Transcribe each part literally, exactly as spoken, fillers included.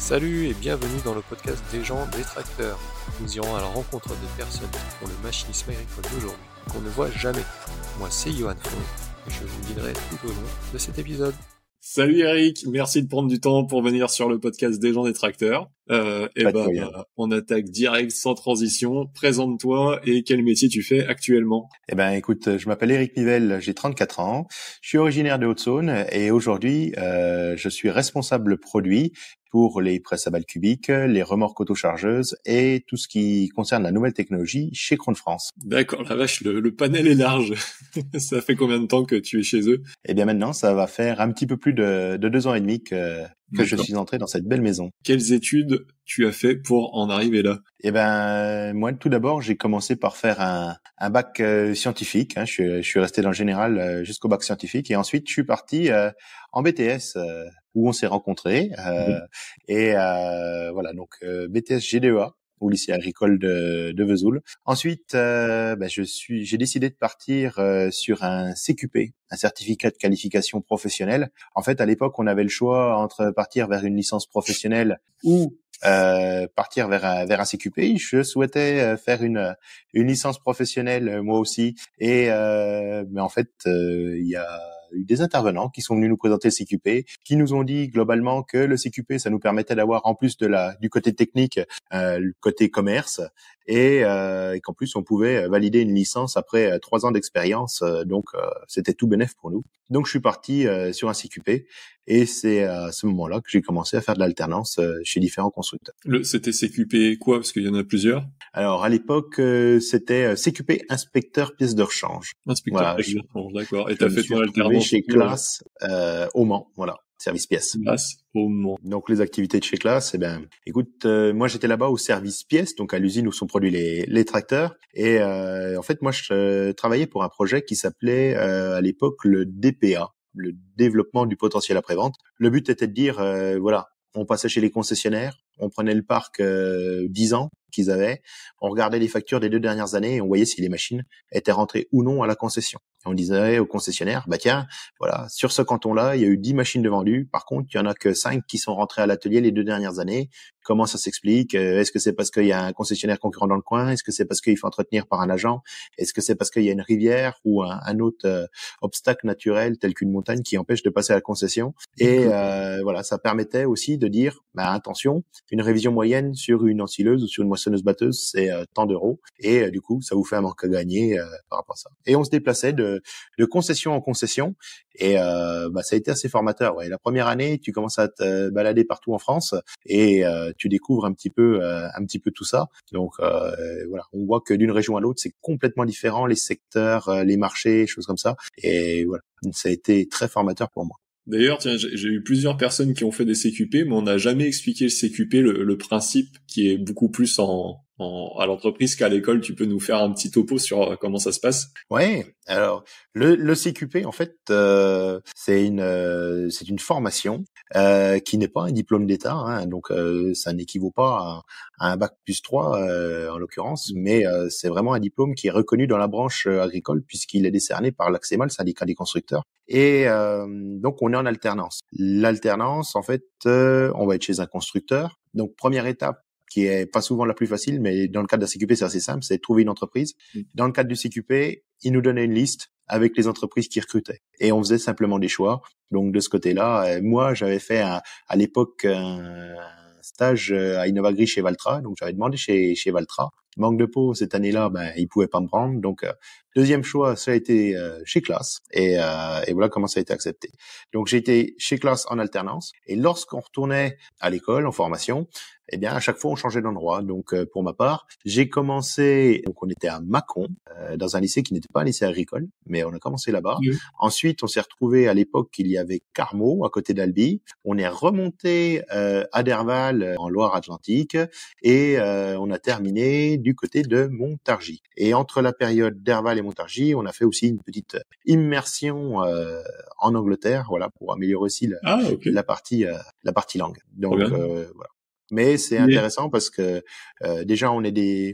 Salut et bienvenue dans le podcast des gens détracteurs. Nous irons à la rencontre des personnes qui font le machinisme agricole d'aujourd'hui, qu'on ne voit jamais. Moi c'est Johan Fon et je vous guiderai tout au long de cet épisode. Salut Eric, merci de prendre du temps pour venir sur le podcast des gens détracteurs. Euh, et ben, bah, on attaque direct sans transition. Présente-toi et quel métier tu fais actuellement? Eh ben, écoute, je m'appelle Eric Nivelle, j'ai trente-quatre ans, je suis originaire de Haute-Saône et aujourd'hui, euh, je suis responsable produit pour les presses à balles cubiques, les remorques autochargeuses et tout ce qui concerne la nouvelle technologie chez Krohn France. D'accord, la vache, le, le panel est large. Ça fait combien de temps que tu es chez eux? Eh bien maintenant, ça va faire un petit peu plus de, de deux ans et demi que, que je suis entré dans cette belle maison. Quelles études tu as fait pour en arriver là? Eh ben, moi, tout d'abord, j'ai commencé par faire un, un bac euh, scientifique. Hein. Je, suis, je suis resté dans le général euh, jusqu'au bac scientifique. Et ensuite, je suis parti euh, en B T S euh, où on s'est rencontrés. Euh, mmh. Et euh, voilà, donc euh, B T S G D E A au lycée agricole de, de Vesoul. Ensuite, euh, ben, je suis, j'ai décidé de partir euh, sur un C Q P, un certificat de qualification professionnelle. En fait, à l'époque, on avait le choix entre partir vers une licence professionnelle ou euh, partir vers un, vers un C Q P. Je souhaitais faire une, une licence professionnelle moi aussi. Et euh, mais en fait, euh, il y a eu des intervenants qui sont venus nous présenter le C Q P, qui nous ont dit globalement que le C Q P, ça nous permettait d'avoir en plus de la du côté technique, euh, le côté commerce, et, euh, et qu'en plus on pouvait valider une licence après euh, trois ans d'expérience. Euh, donc euh, c'était tout bénef pour nous. Donc je suis parti euh, sur un C Q P, et c'est à ce moment-là que j'ai commencé à faire de l'alternance euh, chez différents constructeurs. Le, c'était C Q P quoi? Parce qu'il y en a plusieurs. Alors à l'époque, euh, c'était C Q P inspecteur pièces de rechange. Inspecteur voilà, pièces de rechange, d'accord. Et t'as fait ton alternance chez Classe euh, au Mans, voilà, service pièces. Classe au Mans. Donc les activités de chez Classe, eh ben, écoute, euh, moi j'étais là-bas au service pièces, donc à l'usine où sont produits les, les tracteurs. Et euh, en fait, moi je euh, travaillais pour un projet qui s'appelait euh, à l'époque le D P A, le développement du potentiel après-vente. Le but était de dire, euh, voilà, on passait chez les concessionnaires, on prenait le parc euh, dix ans qu'ils avaient, on regardait les factures des deux dernières années et on voyait si les machines étaient rentrées ou non à la concession. Et on disait aux concessionnaires, bah tiens, voilà, sur ce canton-là, il y a eu dix machines de vendues. Par contre, il y en a que cinq qui sont rentrées à l'atelier les deux dernières années. Comment ça s'explique? Est-ce que c'est parce qu'il y a un concessionnaire concurrent dans le coin? Est-ce que c'est parce qu'il faut entretenir par un agent? Est-ce que c'est parce qu'il y a une rivière ou un, un autre euh, obstacle naturel tel qu'une montagne qui empêche de passer à la concession? Et euh, voilà, ça permettait aussi de dire, bah attention, une révision moyenne sur une ensileuse ou sur une moissonneuse batteuse, c'est euh, tant d'euros. Et euh, du coup, ça vous fait un manque à gagner euh, par rapport à ça. Et on se déplaçait de, de concession en concession. Et euh, bah, ça a été assez formateur. Ouais. La première année, tu commences à te balader partout en France et euh, tu découvres un petit peu, euh, un petit peu tout ça. Donc euh, voilà, on voit que d'une région à l'autre, c'est complètement différent, les secteurs, euh, les marchés, choses comme ça. Et voilà, ça a été très formateur pour moi. D'ailleurs, tiens, j'ai, j'ai eu plusieurs personnes qui ont fait des C Q P, mais on n'a jamais expliqué le C Q P, le, le principe qui est beaucoup plus en, en à l'entreprise qu'à l'école. Tu peux nous faire un petit topo sur euh, comment ça se passe? Ouais. Alors le, le C Q P, en fait, euh, c'est une euh, c'est une formation euh, qui n'est pas un diplôme d'État, hein, donc euh, ça n'équivaut pas à, à un bac plus trois euh, en l'occurrence, mais euh, c'est vraiment un diplôme qui est reconnu dans la branche euh, agricole puisqu'il est décerné par l'Axéma, le syndicat des constructeurs. Et euh, donc on est en alternance. L'alternance, en fait, euh, on va être chez un constructeur. Donc première étape, qui est pas souvent la plus facile, mais dans le cadre d'un C Q P, c'est assez simple, c'est de trouver une entreprise. Dans le cadre du C Q P, ils nous donnaient une liste avec les entreprises qui recrutaient. Et on faisait simplement des choix. Donc de ce côté-là, moi, j'avais fait un, à l'époque un stage à Innovagri chez Valtra. Donc j'avais demandé chez, chez Valtra. Manque de peau, cette année-là, ben, ils pouvaient pas me prendre. Donc, euh, deuxième choix, ça a été euh, chez Classe. Et, euh, et voilà comment ça a été accepté. Donc, j'ai été chez Classe en alternance. Et lorsqu'on retournait à l'école, en formation, eh bien, à chaque fois, on changeait d'endroit. Donc, euh, pour ma part, j'ai commencé, donc on était à Mâcon, euh, dans un lycée qui n'était pas un lycée agricole, mais on a commencé là-bas. Oui. Ensuite, on s'est retrouvé à l'époque, il y avait Carmaux, à côté d'Albi. On est remonté euh, à Derval, en Loire-Atlantique. Et euh, on a terminé du côté de Montargis. Et entre la période d'Herval et Montargis, on a fait aussi une petite immersion euh, en Angleterre, voilà, pour améliorer aussi la, ah, okay. la partie euh, la partie langue. Donc euh, voilà. Mais c'est intéressant parce que euh, déjà on est des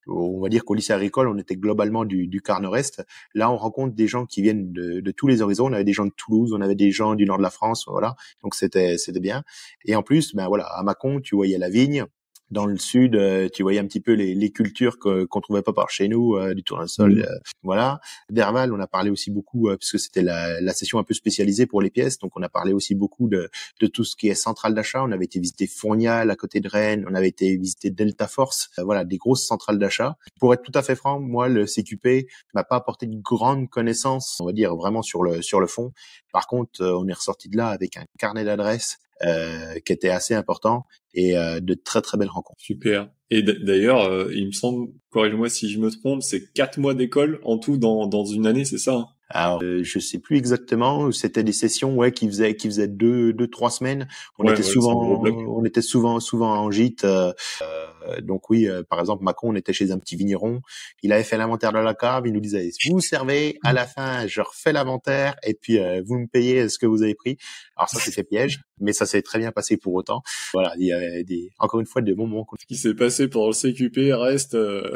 on va dire qu'au lycée agricole, on était globalement du, du quart nord-est. Là, on rencontre des gens qui viennent de, de tous les horizons. On avait des gens de Toulouse, on avait des gens du nord de la France, voilà. Donc c'était c'était bien. Et en plus, ben voilà, à Mâcon, tu voyais la vigne. Dans le sud, euh, tu voyais un petit peu les, les cultures que, qu'on trouvait pas par chez nous, euh, du tournesol, mmh. euh, voilà. Derval, on a parlé aussi beaucoup, euh, parce que c'était la, la session un peu spécialisée pour les pièces, donc on a parlé aussi beaucoup de, de tout ce qui est centrale d'achat. On avait été visiter Fournial à côté de Rennes, on avait été visiter Delta Force, euh, voilà, des grosses centrales d'achat. Pour être tout à fait franc, moi, le C Q P m'a pas apporté de grandes connaissances, on va dire vraiment sur le sur le fond. Par contre, euh, on est ressorti de là avec un carnet d'adresses Euh, qui était assez important et euh, de très très belles rencontres. Super. Et d- d'ailleurs, euh, il me semble, corrige-moi si je me trompe, c'est quatre mois d'école en tout dans dans une année, c'est ça hein? Alors, euh, je sais plus exactement. C'était des sessions, ouais, qui faisaient qui faisaient deux deux trois semaines. On ouais, était ouais, souvent, on était souvent souvent en gîte. Euh, euh, donc oui, euh, par exemple, Mâcon, on était chez un petit vigneron. Il avait fait l'inventaire de la cave. Il nous disait, vous servez, à la fin, je refais l'inventaire et puis euh, vous me payez ce que vous avez pris. Alors ça, c'était piège, mais ça s'est très bien passé pour autant. Voilà, il y avait des, encore une fois, des bons moments. Ce qui s'est passé pendant le C Q P reste. Euh...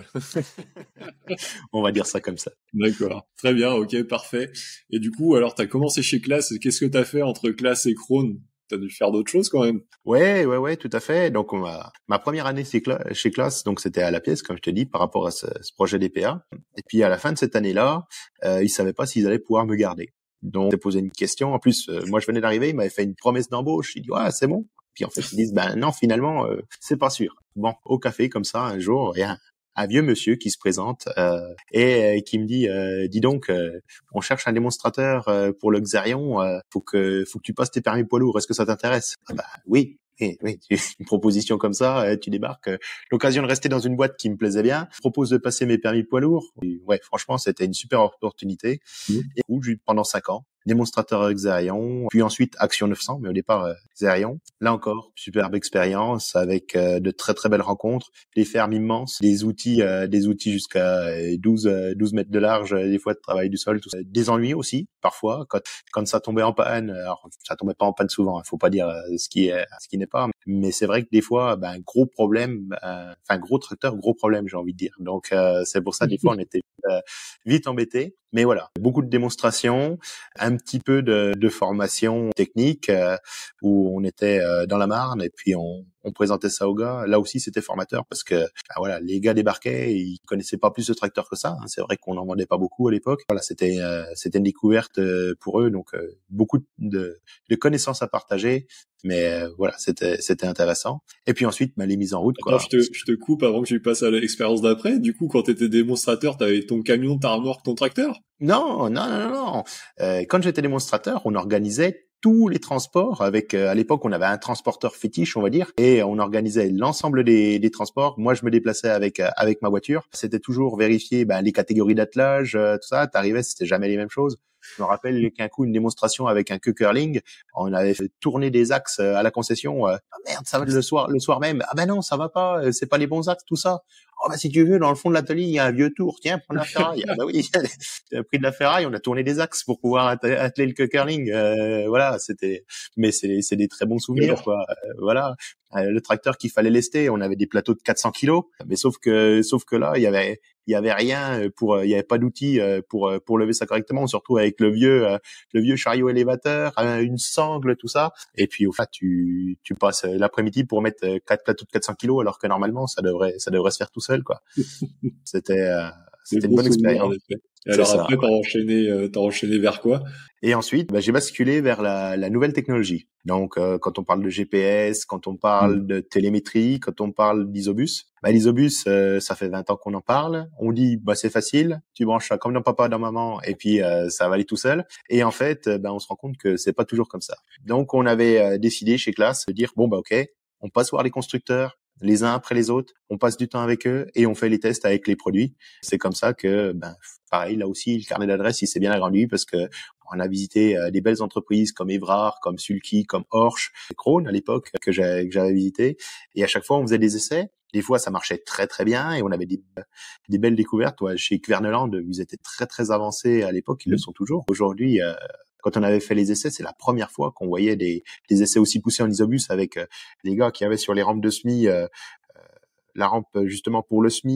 on va dire ça comme ça. D'accord. Très bien. Ok, parfait. Et du coup, alors, t'as commencé chez Classe. Qu'est-ce que t'as fait entre Classe et Krone? T'as dû faire d'autres choses quand même. Ouais, ouais, ouais, tout à fait. Donc, on a, ma première année chez Classe, chez Classe, donc c'était à la pièce, comme je te dis, par rapport à ce, ce projet D P A. Et puis, à la fin de cette année-là, euh, ils savaient pas s'ils allaient pouvoir me garder. Donc, j'ai posé une question. En plus, euh, moi, je venais d'arriver, ils m'avaient fait une promesse d'embauche. Ils disent, ouais, c'est bon. Puis, en fait, ils disent, ben non, finalement, euh, c'est pas sûr. Bon, au café, comme ça, un jour, il y a un, un vieux monsieur qui se présente euh, et euh, qui me dit, euh, dis donc, euh, on cherche un démonstrateur euh, pour le Xerion. Euh, faut que, faut que tu passes tes permis poids lourd. Est-ce que ça t'intéresse? Ah bah oui. Et oui, une proposition comme ça, tu débarques. L'occasion de rester dans une boîte qui me plaisait bien. Je propose de passer mes permis poids lourds. Et ouais, franchement, c'était une super opportunité. Mmh. Et où j'ai pendant cinq ans, démonstrateur Xerion, puis ensuite Action neuf cents, mais au départ euh, Xerion. Là encore, superbe expérience avec euh, de très très belles rencontres, des fermes immenses, des outils, euh, des outils jusqu'à douze mètres de large, des fois de travail du sol, tout ça. Des ennuis aussi parfois quand quand ça tombait en panne. Alors ça tombait pas en panne souvent, il faut pas dire euh, ce qui est ce qui n'est pas, mais c'est vrai que des fois, ben gros problème, euh, enfin gros tracteur, gros problème, j'ai envie de dire. Donc euh, c'est pour ça des fois on était euh, vite embêtés. Mais voilà, beaucoup de démonstrations, un petit peu de, de formation technique euh, où on était euh, dans la Marne et puis on, on présentait ça aux gars. Là aussi, c'était formateur parce que ben voilà, les gars débarquaient, ils connaissaient pas plus de tracteurs que ça. Hein. C'est vrai qu'on en vendait pas beaucoup à l'époque. Voilà, c'était euh, c'était une découverte euh, pour eux, donc euh, beaucoup de, de connaissances à partager. Mais euh, voilà, c'était c'était intéressant. Et puis ensuite, ben, les mises en route. Attends, quoi. je te je te coupe avant que tu passes à l'expérience d'après. Du coup, quand t'étais démonstrateur, t'avais ton camion, ta remorque, ton tracteur? Non, non, non, non. Euh, quand j'étais démonstrateur, on organisait tous les transports avec, euh, à l'époque, on avait un transporteur fétiche, on va dire, et on organisait l'ensemble des, des transports. Moi, je me déplaçais avec euh, avec ma voiture. C'était toujours vérifier ben, les catégories d'attelage, euh, tout ça. T'arrivais, c'était jamais les mêmes choses. Je me rappelle qu'un coup, une démonstration avec un queue curling, on avait fait tourner des axes à la concession. Euh, ah merde, ça va le soir, le soir même. Ah ben non, ça va pas, c'est pas les bons axes, tout ça. Oh bah si tu veux, dans le fond de l'atelier, il y a un vieux tour. Tiens, prends la ferraille. Ah bah oui, j'ai pris de la ferraille, on a tourné des axes pour pouvoir atteler le queue curling. Euh, voilà, c'était, mais c'est c'est des très bons souvenirs, quoi. Euh, voilà, euh, le tracteur qu'il fallait lester, on avait des plateaux de quatre cents kilos, mais sauf que sauf que là, il y avait il y avait rien pour, il y avait pas d'outils pour pour lever ça correctement, surtout avec le vieux le vieux chariot élévateur, une sangle, tout ça. Et puis au fait, tu tu passes l'après-midi pour mettre quatre plateaux de quatre cents kilos, alors que normalement ça devrait ça devrait se faire tout seul, quoi. C'était euh, c'était une bonne expérience. Et alors ça, après, t'as ouais. enchaîné, euh, t'as enchaîné vers quoi? Et ensuite, bah, j'ai basculé vers la, la nouvelle technologie. Donc, euh, quand on parle de G P S, quand on parle mmh. de télémétrie, quand on parle d'Isobus, bah, l'Isobus, euh, ça fait vingt ans qu'on en parle. On dit, bah, c'est facile, tu branches ça comme dans papa, dans maman, et puis euh, ça va aller tout seul. Et en fait, bah, on se rend compte que c'est pas toujours comme ça. Donc, on avait euh, décidé chez Classe de dire, bon, bah, ok, on passe voir les constructeurs, les uns après les autres, on passe du temps avec eux et on fait les tests avec les produits. C'est comme ça que, ben, pareil, là aussi, le carnet d'adresses, il s'est bien agrandi parce que on a visité euh, des belles entreprises comme Évrard, comme Sulky, comme Horsch, Krone à l'époque que j'avais, que j'avais visité. Et à chaque fois, on faisait des essais. Des fois, ça marchait très très bien et on avait des, des belles découvertes. Ouais, chez Kverneland, ils étaient très très avancés à l'époque, ils mmh. le sont toujours. Aujourd'hui, euh, quand on avait fait les essais, c'est la première fois qu'on voyait des, des essais aussi poussés en Isobus avec euh, les gars qui avaient sur les rampes de S M I, euh, euh, la rampe justement pour le S M I,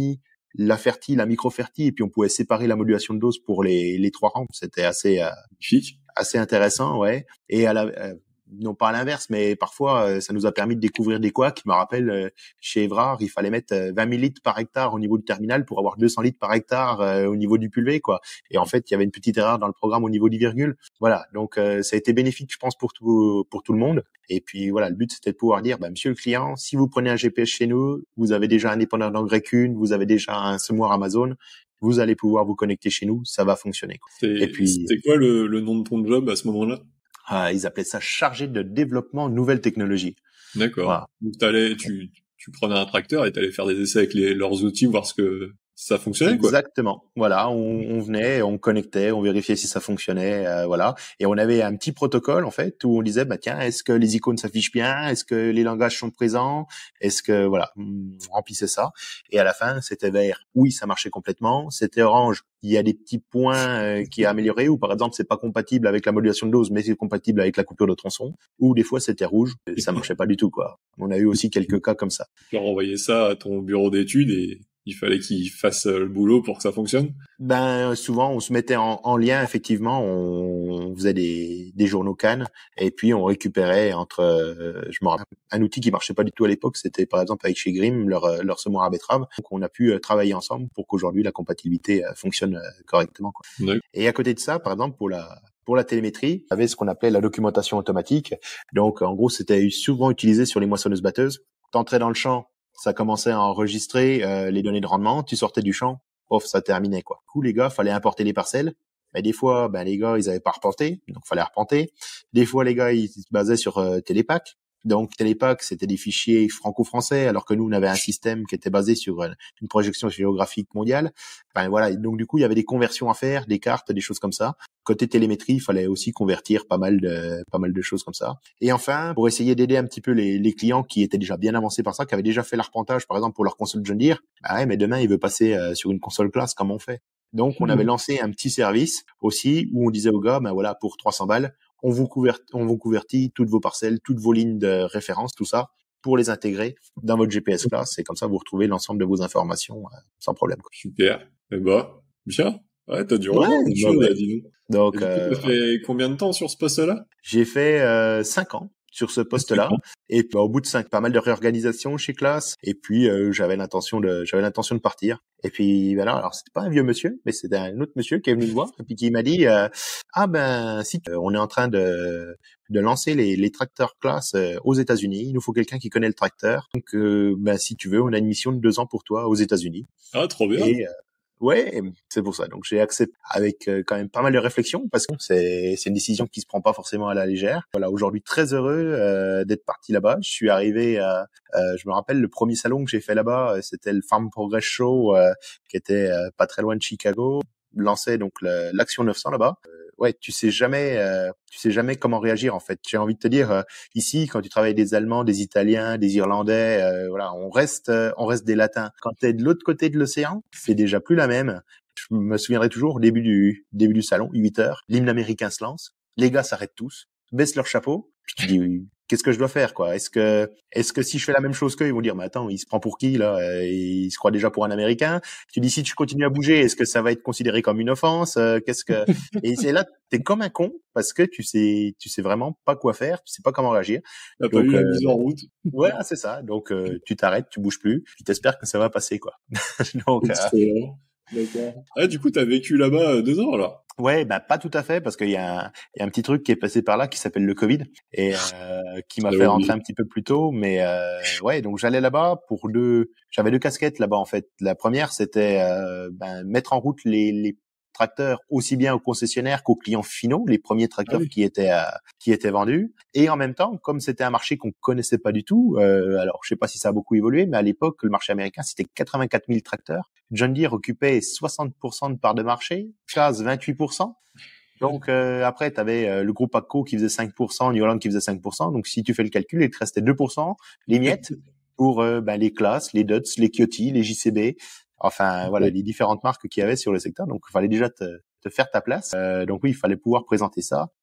la fertie, la micro-fertie, et puis on pouvait séparer la modulation de dose pour les, les trois rampes. C'était assez, euh, Chic. assez intéressant, ouais. Et à la, euh, non pas à l'inverse, mais parfois euh, ça nous a permis de découvrir des couacs. Je me rappelle, euh, chez Evrard, il fallait mettre euh, vingt mille litres par hectare au niveau du terminal pour avoir deux cents litres par hectare euh, au niveau du pulvé, quoi. Et en fait, il y avait une petite erreur dans le programme au niveau des virgules. Voilà, donc euh, ça a été bénéfique, je pense, pour tout pour tout le monde. Et puis voilà, le but c'était de pouvoir dire, bah, monsieur le client, si vous prenez un G P S chez nous, vous avez déjà un dépanneur d'engrais Kuhn, vous avez déjà un semoir Amazon, vous allez pouvoir vous connecter chez nous, ça va fonctionner, quoi. C'est, Et puis c'était quoi le, le nom de ton job à ce moment-là? Ah, ils appelaient ça chargé de développement nouvelles technologies. D'accord. Voilà. Donc t'allais, tu, tu prenais un tracteur et t'allais faire des essais avec les, leurs outils, voir ce que ça fonctionnait, quoi. Exactement. Voilà, on, on venait, on connectait, on vérifiait si ça fonctionnait, euh, voilà. Et on avait un petit protocole en fait où on disait, bah tiens, est-ce que les icônes s'affichent bien, est-ce que les langages sont présents, est-ce que voilà, on remplissait ça. Et à la fin, c'était vert. Oui, ça marchait complètement. C'était orange. Il y a des petits points euh, qui a amélioré, ou par exemple, c'est pas compatible avec la modulation de dose, mais c'est compatible avec la coupure de tronçon. Ou des fois, c'était rouge, et ça marchait pas du tout, quoi. On a eu aussi quelques cas comme ça. Tu leur envoyais ça à ton bureau d'études et il fallait qu'ils fassent le boulot pour que ça fonctionne. Ben souvent on se mettait en, en lien, effectivement, on, on faisait des, des journaux Cannes et puis on récupérait entre, euh, je me rappelle, un outil qui marchait pas du tout à l'époque, c'était par exemple avec chez Grimm leur leur semoir à betterave. Donc on a pu euh, travailler ensemble pour qu'aujourd'hui la compatibilité euh, fonctionne euh, correctement, quoi. Ouais. Et à côté de ça, par exemple pour la pour la télémétrie, il y avait ce qu'on appelait la documentation automatique. Donc en gros c'était souvent utilisé sur les moissonneuses batteuses. T'entrais dans le champ, ça commençait à enregistrer euh, les données de rendement, tu sortais du champ, off, ça terminait, quoi. Du coup, les gars, fallait importer les parcelles. Mais des fois, ben les gars, ils avaient pas reporté, donc fallait reporter. Des fois, les gars, ils se basaient sur euh, Télépack. Donc Télépack, c'était des fichiers franco-français, alors que nous, on avait un système qui était basé sur euh, une projection géographique mondiale. Enfin voilà, donc du coup, il y avait des conversions à faire, des cartes, des choses comme ça. Côté télémétrie, il fallait aussi convertir pas mal de pas mal de choses comme ça. Et enfin, pour essayer d'aider un petit peu les, les clients qui étaient déjà bien avancés par ça, qui avaient déjà fait l'arpentage, par exemple pour leur console John Deere, bah ouais, mais demain il veut passer euh, sur une console classe, comment on fait? Donc on avait lancé un petit service aussi où on disait aux gars, ben voilà, pour trois cents balles, on vous convertit, on vous convertit toutes vos parcelles, toutes vos lignes de référence, tout ça, pour les intégrer dans votre G P S class. Et comme ça, vous retrouvez l'ensemble de vos informations euh, sans problème, quoi. Super. Eh bah, bien. Ouais, t'as dû Ouais, vraiment une bah chose, ouais. là, dis nous. Donc, Et du coup, euh, t'as fait combien de temps sur ce poste-là? j'ai fait euh, cinq ans sur ce poste-là. Et puis, au bout de cinq, pas mal de réorganisation chez Class. Et puis, euh, j'avais l'intention de, j'avais l'intention de partir. Et puis, voilà. Alors, c'était pas un vieux monsieur, mais c'était un autre monsieur qui est venu me voir et puis qui m'a dit, euh, ah ben, si euh, on est en train de de lancer les, les tracteurs Class euh, aux États-Unis, il nous faut quelqu'un qui connaît le tracteur. Donc, euh, ben, si tu veux, on a une mission de deux ans pour toi aux États-Unis. Ah, trop bien. Et euh, ouais, c'est pour ça. Donc j'ai accepté avec euh, quand même pas mal de réflexion parce que c'est c'est une décision qui se prend pas forcément à la légère. Voilà, aujourd'hui très heureux euh, d'être parti là-bas. Je suis arrivé, euh, euh, je me rappelle le premier salon que j'ai fait là-bas, euh, c'était le Farm Progress Show euh, qui était euh, pas très loin de Chicago. Lançait donc le, l'Action neuf cents là-bas. Euh, ouais, tu sais jamais, euh, tu sais jamais comment réagir en fait. J'ai envie de te dire euh, ici quand tu travailles avec des Allemands, des Italiens, des Irlandais, euh, voilà, on reste, euh, on reste des Latins. Quand t'es de l'autre côté de l'océan, c'est déjà plus la même. Je me souviendrai toujours au début du début du salon, huit heures, l'hymne américain se lance, les gars s'arrêtent tous, baissent leur chapeau, puis tu dis qu'est-ce que je dois faire, quoi? Est-ce que, est-ce que si je fais la même chose qu'eux, ils vont dire, mais attends, il se prend pour qui, là? Il se croit déjà pour un Américain. Tu dis, si tu continues à bouger, est-ce que ça va être considéré comme une offense? Qu'est-ce que, et c'est là, t'es comme un con, parce que tu sais, tu sais vraiment pas quoi faire, tu sais pas comment réagir. T'as pas eu la mise en route. Voilà, c'est ça. Donc, euh, tu t'arrêtes, tu bouges plus, puis t'espères que ça va passer, quoi. Donc, euh, d'accord. Ah, du coup, t'as vécu là-bas euh, deux ans, alors? Ouais, bah pas tout à fait parce qu'il y a un, il y a un petit truc qui est passé par là qui s'appelle le Covid et euh, qui m'a fait rentrer un petit peu plus tôt. Mais euh, ouais, donc j'allais là-bas pour deux. J'avais deux casquettes là-bas en fait. La première, c'était euh, ben, mettre en route les, les tracteurs aussi bien aux concessionnaires qu'aux clients finaux, les premiers tracteurs ah oui. qui étaient euh, qui étaient vendus. Et en même temps, comme c'était un marché qu'on connaissait pas du tout, euh, alors je sais pas si ça a beaucoup évolué, mais à l'époque, le marché américain c'était quatre-vingt-quatre mille tracteurs. John Deere occupait soixante pour cent de part de marché, Case vingt-huit pour cent. Donc euh, après, tu avais euh, le groupe AGCO qui faisait cinq pour cent, New Holland qui faisait cinq pour cent. Donc si tu fais le calcul, il te restait deux pour cent, les miettes, pour euh, ben, les classes, les Dutz, les Kioti, les J C B. Enfin, voilà, les différentes marques qu'il y avait sur le secteur. Donc, il fallait déjà te, te faire ta place. Euh, donc oui, il fallait pouvoir présenter ça.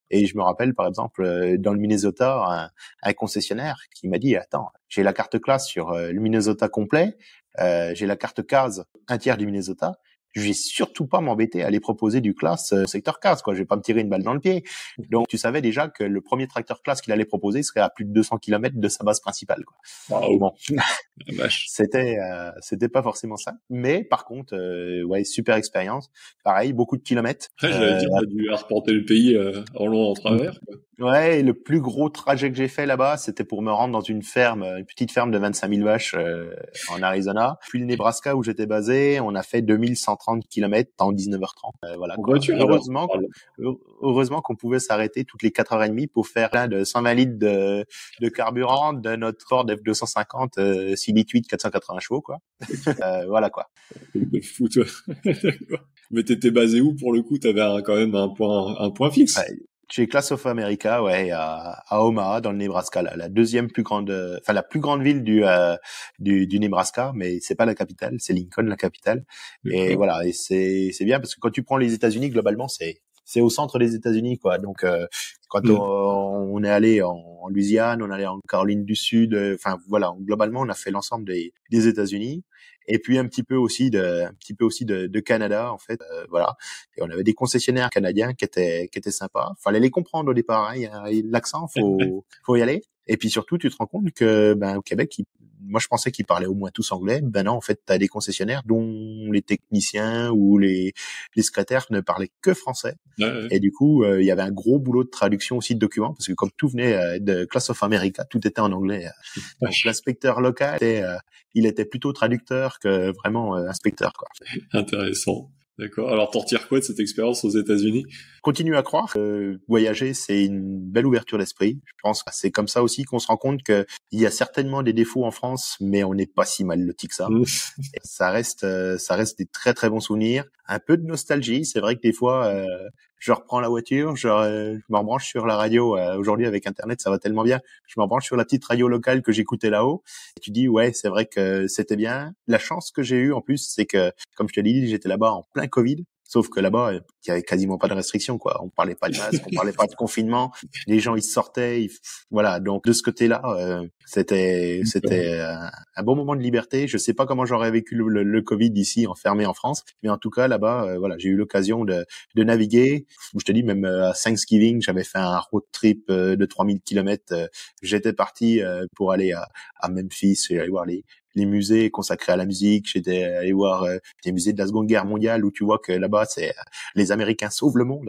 Et je me rappelle, par exemple, euh, dans le Minnesota, un, un concessionnaire qui m'a dit, attends, j'ai la carte classe sur euh, le Minnesota complet, euh, j'ai la carte case un tiers du Minnesota, je vais surtout pas m'embêter à aller proposer du classe euh, secteur case, quoi. Je vais pas me tirer une balle dans le pied. Donc, tu savais déjà que le premier tracteur classe qu'il allait proposer serait à plus de deux cents kilomètres de sa base principale, quoi. Wow. Bon. Vache. C'était, euh, c'était pas forcément ça. Mais, par contre, euh, ouais, super expérience. Pareil, beaucoup de kilomètres. Ouais, j'allais Euh, dire, t'as dû arpenter le pays euh, en long, en travers, quoi. Ouais, et le plus gros trajet que j'ai fait là-bas, c'était pour me rendre dans une ferme, une petite ferme de vingt-cinq mille vaches euh, en Arizona. Puis le Nebraska où j'étais basé, on a fait deux mille cent trente kilomètres en dix-neuf heures trente. Euh, voilà. En Quoi. voiture, Heureusement, alors. heureusement qu'on pouvait s'arrêter toutes les quatre heures trente pour faire plein de cent vingt litres de, de carburant de notre Ford F deux cent cinquante euh, six litres huit, quatre cent quatre-vingts chevaux, quoi. euh, voilà quoi. De fou, toi. D'accord. Mais t'étais basé où pour le coup? T'avais un, quand même un point, un point fixe. Ouais. Chez Class of America, ouais, à, à Omaha, dans le Nebraska, la, la deuxième plus grande, enfin la plus grande ville du euh, du, du Nebraska, mais c'est pas la capitale, c'est Lincoln la capitale. D'accord. Et voilà, et c'est c'est bien parce que quand tu prends les États-Unis globalement, c'est c'est au centre des États-Unis, quoi. Donc euh, quand mm. on, on est allé en, en Louisiane, on est allé en Caroline du Sud, enfin euh, voilà, globalement on a fait l'ensemble des des États-Unis. Et puis un petit peu aussi de, un petit peu aussi de, de Canada en fait, euh, voilà. Et on avait des concessionnaires canadiens qui étaient, qui étaient sympas. Fallait les comprendre au départ. Hein. Il y a, l'accent, faut, faut y aller. Et puis surtout, tu te rends compte que, ben, au Québec, ils, moi je pensais qu'ils parlaient au moins tous anglais. Ben non, en fait, t'as des concessionnaires dont les techniciens ou les, les secrétaires ne parlaient que français. Ouais, ouais. Et du coup, euh, il y avait un gros boulot de traduction aussi de documents parce que comme tout venait euh, de Class of America, tout était en anglais. Donc l'inspecteur local était, euh, il était plutôt traducteur que vraiment euh, inspecteur, quoi. Intéressant. D'accord. Alors, t'en retires quoi de cette expérience aux États-Unis? Continue à croire que voyager, c'est une belle ouverture d'esprit. Je pense que c'est comme ça aussi qu'on se rend compte que il y a certainement des défauts en France, mais on n'est pas si mal loti que ça. Mmh. Ça reste, ça reste des très très bons souvenirs. Un peu de nostalgie. C'est vrai que des fois, euh, je reprends la voiture, je, euh, je m'en branche sur la radio. Euh, aujourd'hui, avec Internet, ça va tellement bien. Je m'en branche sur la petite radio locale que j'écoutais là-haut. Et tu dis, ouais, c'est vrai que c'était bien. La chance que j'ai eue, en plus, c'est que, comme je te l'ai dit, j'étais là-bas en plein Covid. Sauf que là-bas, il y avait quasiment pas de restrictions, quoi. On parlait pas de masque, on parlait pas de confinement. Les gens, ils sortaient, ils... voilà. Donc de ce côté-là, euh, c'était c'était un, un bon moment de liberté. Je sais pas comment j'aurais vécu le, le, le Covid ici, enfermé en France, mais en tout cas là-bas, euh, voilà, j'ai eu l'occasion de de naviguer. Je te dis, même à Thanksgiving, j'avais fait un road trip de trois mille kilomètres. J'étais parti pour aller à, à Memphis, aller voir les les musées consacrés à la musique. J'étais allé voir euh, des musées de la Seconde Guerre mondiale où tu vois que là-bas, c'est euh, les Américains sauvent le monde.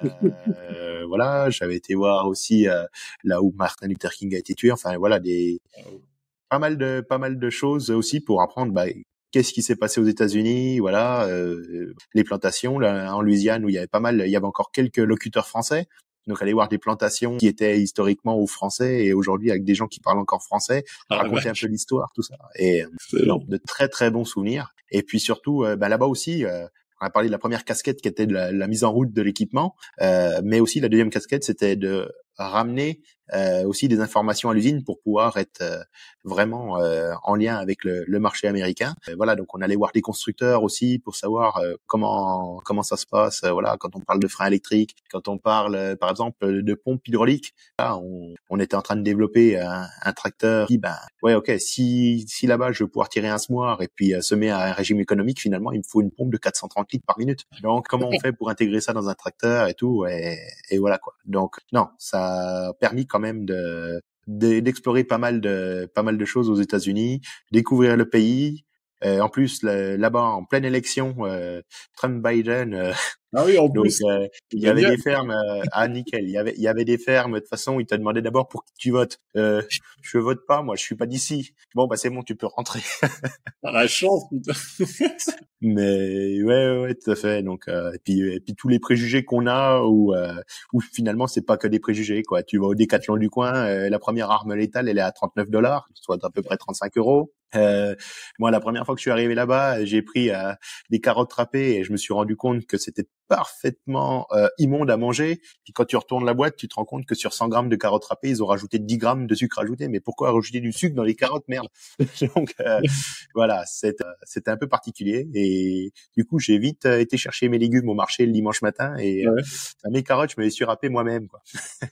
Euh, voilà, j'avais été voir aussi euh, là où Martin Luther King a été tué. Enfin, voilà, des pas mal de pas mal de choses aussi pour apprendre. Bah, qu'est-ce qui s'est passé aux États-Unis, voilà, euh, les plantations là en Louisiane où il y avait pas mal, il y avait encore quelques locuteurs français. Donc aller voir des plantations qui étaient historiquement aux Français et aujourd'hui avec des gens qui parlent encore français, ah, raconter bah, un peu l'histoire, tout ça. Et non, de très très bons souvenirs. Et puis surtout, euh, bah, là-bas aussi, euh, on a parlé de la première casquette qui était de la, la mise en route de l'équipement, euh, mais aussi la deuxième casquette, c'était de ramener euh, aussi des informations à l'usine pour pouvoir être euh, vraiment euh, en lien avec le, le marché américain. Euh, voilà, donc on allait voir des constructeurs aussi pour savoir euh, comment comment ça se passe. Euh, voilà, quand on parle de freins électriques, quand on parle euh, par exemple de pompes hydrauliques, là, on, on était en train de développer un, un tracteur qui, ben ouais, ok, si si là-bas je veux pouvoir tirer un semoir et puis euh, se met à un régime économique, finalement il me faut une pompe de quatre cent trente litres par minute. Donc comment on fait pour intégrer ça dans un tracteur et tout, et, et voilà quoi. Donc non, ça a permis quand même de, de d'explorer pas mal de pas mal de choses aux États-Unis, découvrir le pays. Euh, en plus, le, là-bas, en pleine élection, euh, Trump-Biden. Euh, ah oui, en donc, plus. Euh, il y avait des fermes. Euh, ah nickel. Il y avait il y avait des fermes. De toute façon, ils te demandaient d'abord pour qui tu votes. Euh, je vote pas, moi. Je suis pas d'ici. Bon, bah c'est bon, tu peux rentrer. Ah, la chance, putain. Mais ouais, ouais, tout à fait. Donc, euh, et puis, et puis tous les préjugés qu'on a, où, euh, où finalement c'est pas que des préjugés, quoi. Tu vas au Décathlon du coin, euh, la première arme létale, elle est à trente-neuf dollars, soit à peu près trente-cinq euros. Euh, moi, la première fois que je suis arrivé là-bas, j'ai pris euh, des carottes râpées et je me suis rendu compte que c'était parfaitement euh, immonde à manger. Puis quand tu retournes la boîte, tu te rends compte que sur cent grammes de carottes râpées, ils ont rajouté dix grammes de sucre ajouté. Mais pourquoi rajouter du sucre dans les carottes, merde? Donc euh, voilà, c'est, euh, c'était un peu particulier. Et du coup, j'ai vite euh, été chercher mes légumes au marché le dimanche matin. Et Ouais. euh, mes carottes, je me les suis râpées moi-même, quoi.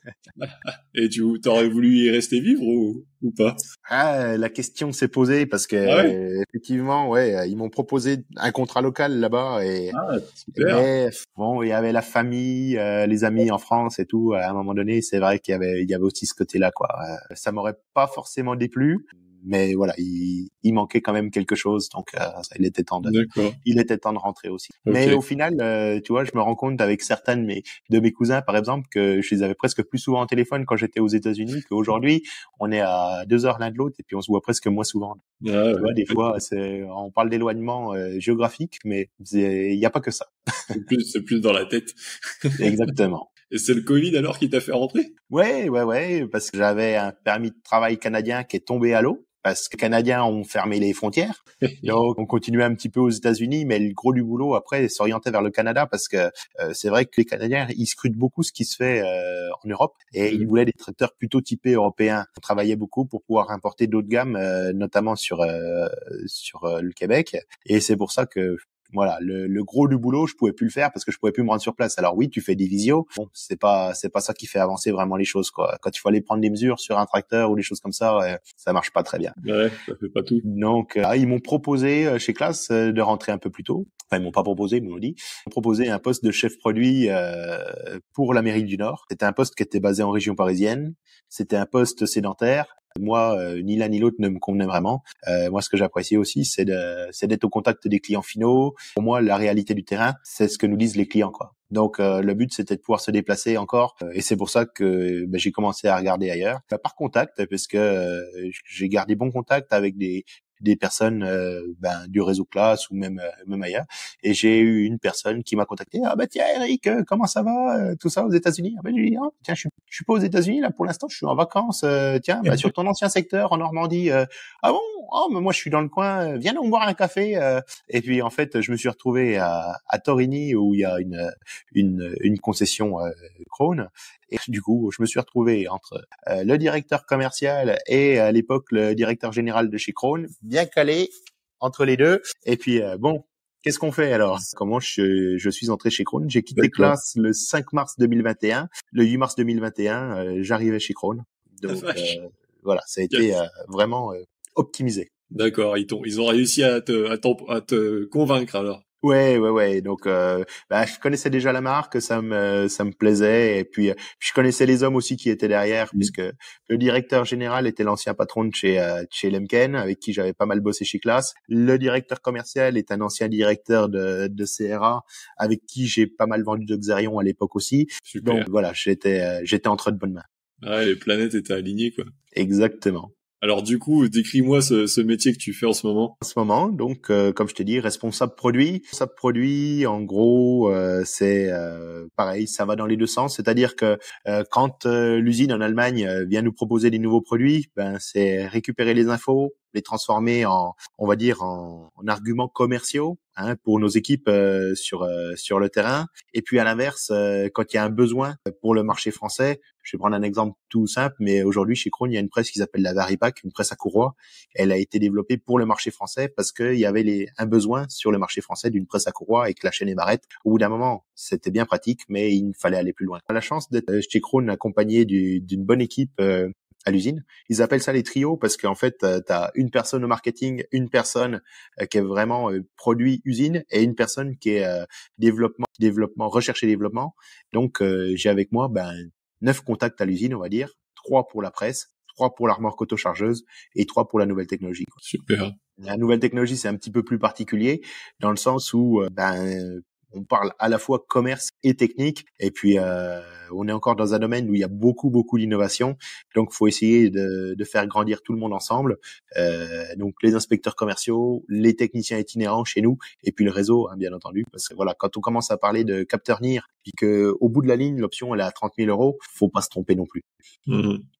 Et tu t'aurais voulu y rester vivre ou, ou pas? Ah, la question s'est posée parce que Ah ouais? euh, effectivement, ouais, ils m'ont proposé un contrat local là-bas et Ah, super. mais bon, il y avait la famille, euh, les amis en France et tout. À un moment donné, c'est vrai qu'il y avait, il y avait aussi ce côté-là, quoi. Euh, ça m'aurait pas forcément déplu, mais voilà, il, il manquait quand même quelque chose, donc euh, il était temps de, D'accord. il était temps de rentrer aussi. Ok. Mais au final, euh, tu vois, je me rends compte avec certains de mes, de mes cousins, par exemple, que je les avais presque plus souvent au téléphone quand j'étais aux États-Unis qu'aujourd'hui. On est à deux heures l'un de l'autre et puis on se voit presque moins souvent. Ah, Tu ouais. vois, des fois, c'est, on parle d'éloignement euh, géographique, mais il n'y a pas que ça. C'est plus, c'est plus dans la tête. Exactement. Et c'est le Covid alors qui t'a fait rentrer? Ouais, ouais, ouais, parce que j'avais un permis de travail canadien qui est tombé à l'eau, parce que les Canadiens ont fermé les frontières. Donc, on continuait un petit peu aux États-Unis, mais le gros du boulot, après, s'orientait vers le Canada, parce que euh, c'est vrai que les Canadiens, ils scrutent beaucoup ce qui se fait euh, en Europe, et ils voulaient des tracteurs plutôt typés européens. On travaillait beaucoup pour pouvoir importer d'autres gammes, euh, notamment sur euh, sur euh, le Québec, et c'est pour ça que voilà, le, le gros du boulot, je pouvais plus le faire parce que je pouvais plus me rendre sur place. Alors oui, tu fais des visios. Bon, c'est pas, c'est pas ça qui fait avancer vraiment les choses, quoi. Quand il faut aller prendre des mesures sur un tracteur ou des choses comme ça, ouais, ça marche pas très bien. Ouais, ça fait pas tout. Donc, euh, ils m'ont proposé euh, chez Class euh, de rentrer un peu plus tôt. Enfin, ils m'ont pas proposé, ils m'ont dit. Ils m'ont proposé un poste de chef produit euh, pour l'Amérique du Nord. C'était un poste qui était basé en région parisienne. C'était un poste sédentaire. Moi, euh, ni l'un ni l'autre ne me convenait vraiment. Euh, moi, ce que j'appréciais aussi, c'est de, c'est d'être au contact des clients finaux. Pour moi, la réalité du terrain, c'est ce que nous disent les clients, quoi. Donc, euh, le but, c'était de pouvoir se déplacer encore. Euh, et c'est pour ça que ben, j'ai commencé à regarder ailleurs. Ben, par contact, parce que euh, j'ai gardé bon contact avec des des personnes euh, ben, du réseau Class ou même euh, même ailleurs. Et j'ai eu une personne qui m'a contacté. Ah bah tiens Eric, euh, comment ça va euh, tout ça aux États-Unis? Ah ben j'ai dit ah, tiens je suis je suis pas aux États-Unis là pour l'instant, je suis en vacances. Euh, tiens bah, sur ton ancien secteur en Normandie. Euh, ah bon? Oh mais moi je suis dans le coin. Euh, viens donc boire un café. Euh. Et puis en fait je me suis retrouvé à, à Torigny où il y a une une une concession euh, Krone. Et du coup, je me suis retrouvé entre euh, le directeur commercial et à l'époque le directeur général de chez Krone, bien calé entre les deux. Et puis euh, bon, qu'est-ce qu'on fait alors? Comment je, je suis entré chez Krone? J'ai quitté D'accord. Class le cinq mars deux mille vingt et un. Le huit mars deux mille vingt et un, euh, j'arrivais chez Krone. Donc euh, voilà, ça a été euh, vraiment euh, optimisé. D'accord, ils t'ont, ils ont réussi à te, à, t'en- à te convaincre alors. Ouais, ouais, ouais. Donc, euh, bah, je connaissais déjà la marque, ça me, ça me plaisait, et puis euh, je connaissais les hommes aussi qui étaient derrière, Mmh. puisque le directeur général était l'ancien patron de chez, euh, de chez Lemken, avec qui j'avais pas mal bossé chez Class. Le directeur commercial est un ancien directeur de, de C R A, avec qui j'ai pas mal vendu de Xerion à l'époque aussi. Super. Donc voilà, j'étais, euh, j'étais entre de bonnes mains. Ouais, les planètes étaient alignées, quoi. Exactement. Alors du coup, décris-moi ce, ce métier que tu fais en ce moment. En ce moment, donc, euh, comme je t'ai dit, responsable produit. Responsable produit, en gros, euh, c'est euh, pareil, ça va dans les deux sens. C'est-à-dire que euh, quand euh, l'usine en Allemagne euh, vient nous proposer des nouveaux produits, ben c'est récupérer les infos, les transformer en, on va dire, en, en arguments commerciaux, hein, pour nos équipes euh, sur euh, sur le terrain. Et puis à l'inverse, euh, quand il y a un besoin pour le marché français, je vais prendre un exemple tout simple, mais aujourd'hui chez Krone, il y a une presse qui s'appelle la Varipac, une presse à courroie. Elle a été développée pour le marché français parce qu'il y avait les, un besoin sur le marché français d'une presse à courroie avec la chaîne et barrette. Au bout d'un moment, c'était bien pratique, mais il fallait aller plus loin. On a la chance d'être chez Krone accompagné du, d'une bonne équipe euh, à l'usine. Ils appellent ça les trios parce qu'en fait, euh, tu as une personne au marketing, une personne euh, qui est vraiment euh, produit usine et une personne qui est euh, développement, développement, recherche et développement. Donc, euh, j'ai avec moi ben neuf contacts à l'usine, on va dire, trois pour la presse, trois pour la remorque auto-chargeuse et trois pour la nouvelle technologie. Quoi. Super. La nouvelle technologie, c'est un petit peu plus particulier dans le sens où euh, ben on parle à la fois commerce et technique, et puis euh, on est encore dans un domaine où il y a beaucoup beaucoup d'innovation, donc faut essayer de, de faire grandir tout le monde ensemble. Euh, donc les inspecteurs commerciaux, les techniciens itinérants chez nous, et puis le réseau, hein, bien entendu, parce que voilà, quand on commence à parler de capteur N I R, puis que au bout de la ligne l'option elle est à trente mille euros, faut pas se tromper non plus. Mmh.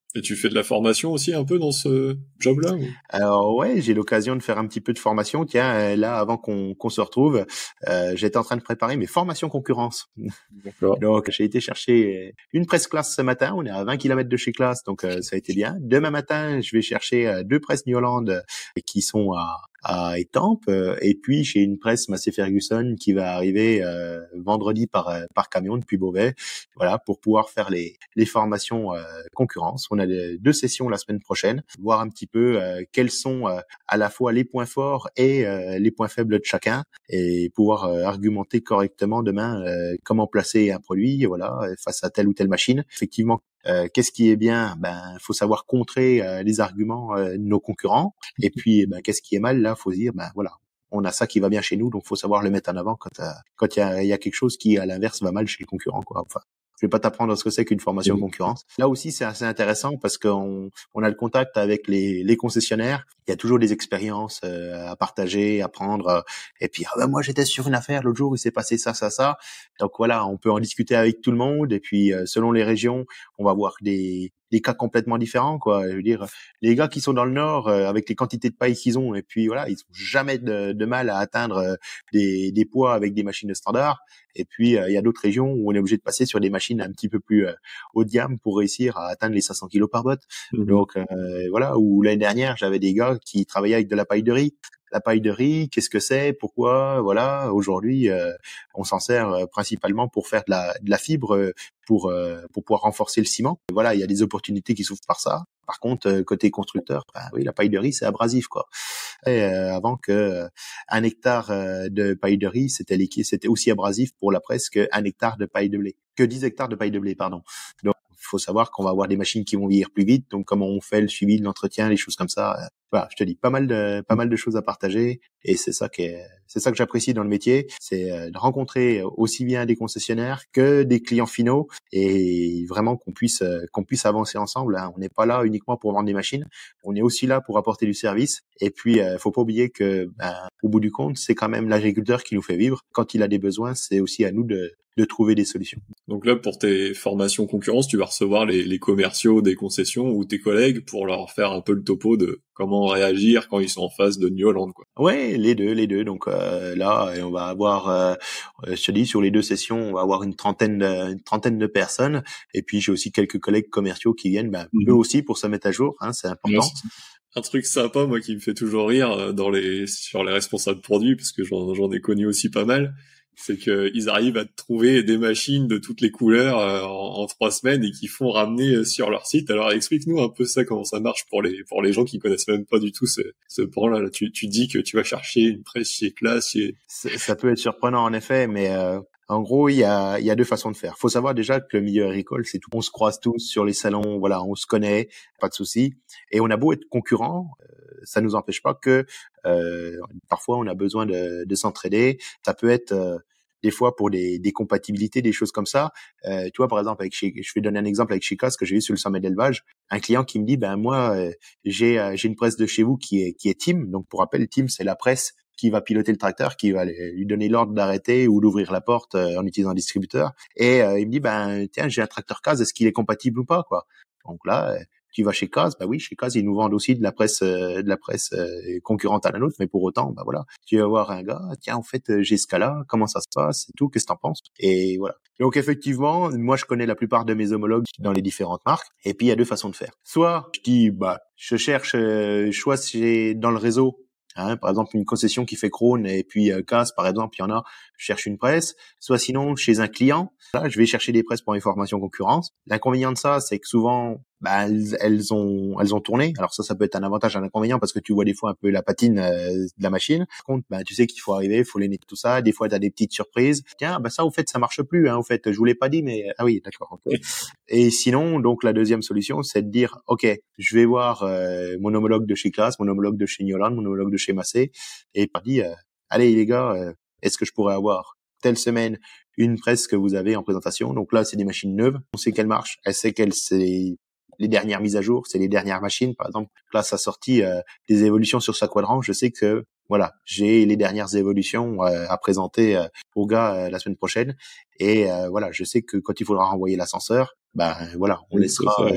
Et tu fais de la formation aussi un peu dans ce job-là ou... Alors ouais, j'ai l'occasion de faire un petit peu de formation. Tiens, euh, là, avant qu'on qu'on se retrouve, euh, j'étais en train de préparer mes formations concurrence. D'accord. Donc j'ai été chercher une presse classe ce matin. On est à vingt kilomètres de chez Classe, donc euh, ça a été bien. Demain matin, je vais chercher euh, deux presses New Holland euh, qui sont à à Étampes, euh, et puis j'ai une presse Massey Ferguson qui va arriver euh, vendredi par euh, par camion depuis Beauvais, voilà, pour pouvoir faire les les formations euh, concurrence. On a les deux sessions la semaine prochaine, voir un petit peu euh, quels sont euh, à la fois les points forts et euh, les points faibles de chacun, et pouvoir euh, argumenter correctement demain euh, comment placer un produit, voilà, face à telle ou telle machine. Effectivement, Euh, qu'est-ce qui est bien? Ben, faut savoir contrer euh, les arguments euh, de nos concurrents. Et puis, ben, qu'est-ce qui est mal? Là, faut se dire, ben voilà, on a ça qui va bien chez nous, donc faut savoir le mettre en avant quand euh, quand il y a, y a quelque chose qui, à l'inverse, va mal chez les concurrents, quoi. Enfin, je vais pas t'apprendre ce que c'est qu'une formation Mmh. concurrence. Là aussi, c'est assez intéressant parce qu'on on a le contact avec les, les concessionnaires. Il y a toujours des expériences euh, à partager, à prendre. Euh, et puis, ah ben, moi, j'étais sur une affaire l'autre jour, il s'est passé ça, ça, ça. Donc voilà, on peut en discuter avec tout le monde. Et puis, euh, selon les régions, on va voir des des cas complètement différents, quoi. Je veux dire, les gars qui sont dans le nord, euh, avec les quantités de paille qu'ils ont, et puis voilà, ils ont jamais de, de mal à atteindre euh, des, des poids avec des machines de standard. Et puis il euh, y a d'autres régions où on est obligé de passer sur des machines un petit peu plus euh, haut de gamme pour réussir à atteindre les cinq cents kilos par botte. Mmh. Donc euh, voilà, où l'année dernière j'avais des gars qui travaillaient avec de la paille de riz. La paille de riz, qu'est-ce que c'est? Pourquoi? Voilà, aujourd'hui, euh, on s'en sert euh, principalement pour faire de la, de la fibre, euh, pour euh, pour pouvoir renforcer le ciment. Voilà, il y a des opportunités qui s'ouvrent par ça. Par contre, euh, côté constructeur, ben oui, la paille de riz, c'est abrasif, quoi. Et, euh, avant que euh, un hectare euh, de paille de riz, c'était liquide, c'était aussi abrasif pour la presse qu'un hectare de paille de blé, que dix hectares de paille de blé, pardon. Donc, il faut savoir qu'on va avoir des machines qui vont vieillir plus vite. Donc, comment on fait le suivi de l'entretien, les choses comme ça. Euh, voilà, je te dis, pas mal de pas mal de choses à partager. Et c'est ça qui est, c'est ça que j'apprécie dans le métier, c'est euh, de rencontrer aussi bien des concessionnaires que des clients finaux, et vraiment qu'on puisse euh, qu'on puisse avancer ensemble. Hein. On n'est pas là uniquement pour vendre des machines, on est aussi là pour apporter du service. Et puis, euh, faut pas oublier que, ben, au bout du compte, c'est quand même l'agriculteur qui nous fait vivre. Quand il a des besoins, c'est aussi à nous de de trouver des solutions. Donc là, pour tes formations concurrence, tu vas recevoir les, les commerciaux des concessions ou tes collègues pour leur faire un peu le topo de comment réagir quand ils sont en face de New Holland, quoi. Ouais, les deux, les deux. Donc euh, là, on va avoir, euh, je te dis, sur les deux sessions, on va avoir une trentaine, de, une trentaine de personnes. Et puis j'ai aussi quelques collègues commerciaux qui viennent, ben, mmh. eux aussi pour se mettre à jour. Hein, c'est important. Ouais, c'est un truc sympa, moi, qui me fait toujours rire dans les sur les responsables produits, parce que j'en, j'en ai connu aussi pas mal. C'est que ils arrivent à trouver des machines de toutes les couleurs euh, en, en trois semaines et qui font ramener sur leur site. Alors explique-nous un peu ça, comment ça marche pour les pour les gens qui connaissent même pas du tout ce ce pan-là. Là, tu tu dis que tu vas chercher une presse chez Classe, chez... Ça peut être surprenant en effet, mais euh, en gros il y a il y a deux façons de faire. Faut savoir déjà que le milieu agricole, c'est tout. On se croise tous sur les salons, voilà, on se connaît, pas de souci. Et on a beau être concurrents, euh, ça nous empêche pas que euh, parfois on a besoin de, de s'entraider. Ça peut être euh, des fois pour des, des compatibilités, des choses comme ça. Euh, tu vois, par exemple, avec chez, je vais donner un exemple avec Chicas, que j'ai eu sur le sommet d'élevage. Un client qui me dit, ben moi, euh, j'ai euh, j'ai une presse de chez vous qui est qui est Tim. Donc pour rappel, Tim, c'est la presse qui va piloter le tracteur, qui va lui donner l'ordre d'arrêter ou d'ouvrir la porte euh, en utilisant un distributeur. Et euh, il me dit, ben tiens, j'ai un tracteur C A S, est-ce qu'il est compatible ou pas, quoi. Donc là, euh, tu vas chez C A S, bah oui, chez C A S, ils nous vendent aussi de la presse, euh, de la presse euh, concurrente à la nôtre, mais pour autant, bah voilà, tu vas voir un gars, tiens, en fait, j'ai ce cas-là, comment ça se passe et tout, qu'est-ce que t'en penses? Et voilà. Donc effectivement, moi je connais la plupart de mes homologues dans les différentes marques, et puis il y a deux façons de faire. Soit je dis, bah, je cherche, euh, soit c'est dans le réseau. Hein, par exemple, une concession qui fait Krone et puis euh, C A S, par exemple, il y en a, je cherche une presse. Soit sinon, chez un client, là, je vais chercher des presses pour mes formations concurrence. L'inconvénient de ça, c'est que souvent, bah, elles, elles ont elles ont tourné. Alors ça, ça peut être un avantage, un inconvénient, parce que tu vois des fois un peu la patine euh, de la machine. Par contre, bah, tu sais qu'il faut arriver, il faut les nettoyer, tout ça. Des fois, tu as des petites surprises. Tiens, bah ça, au fait, ça marche plus. Hein, au fait, je vous l'ai pas dit, mais ah oui, d'accord. Okay. Et sinon, donc la deuxième solution, c'est de dire, ok, je vais voir euh, mon homologue de chez Classe, mon homologue de chez New Holland, mon homologue de chez Massey, et par dit, euh, allez les gars, euh, est-ce que je pourrais avoir telle semaine une presse que vous avez en présentation? Donc là, c'est des machines neuves. On sait qu'elles marchent. Elle sait qu'elles c'est les dernières mises à jour, c'est les dernières machines. Par exemple, là, ça a sorti euh, des évolutions sur sa quadrant. Je sais que voilà, j'ai les dernières évolutions euh, à présenter euh, aux gars euh, la semaine prochaine. Et euh, voilà, je sais que quand il faudra renvoyer l'ascenseur, ben voilà, on oui, laissera, ça, euh,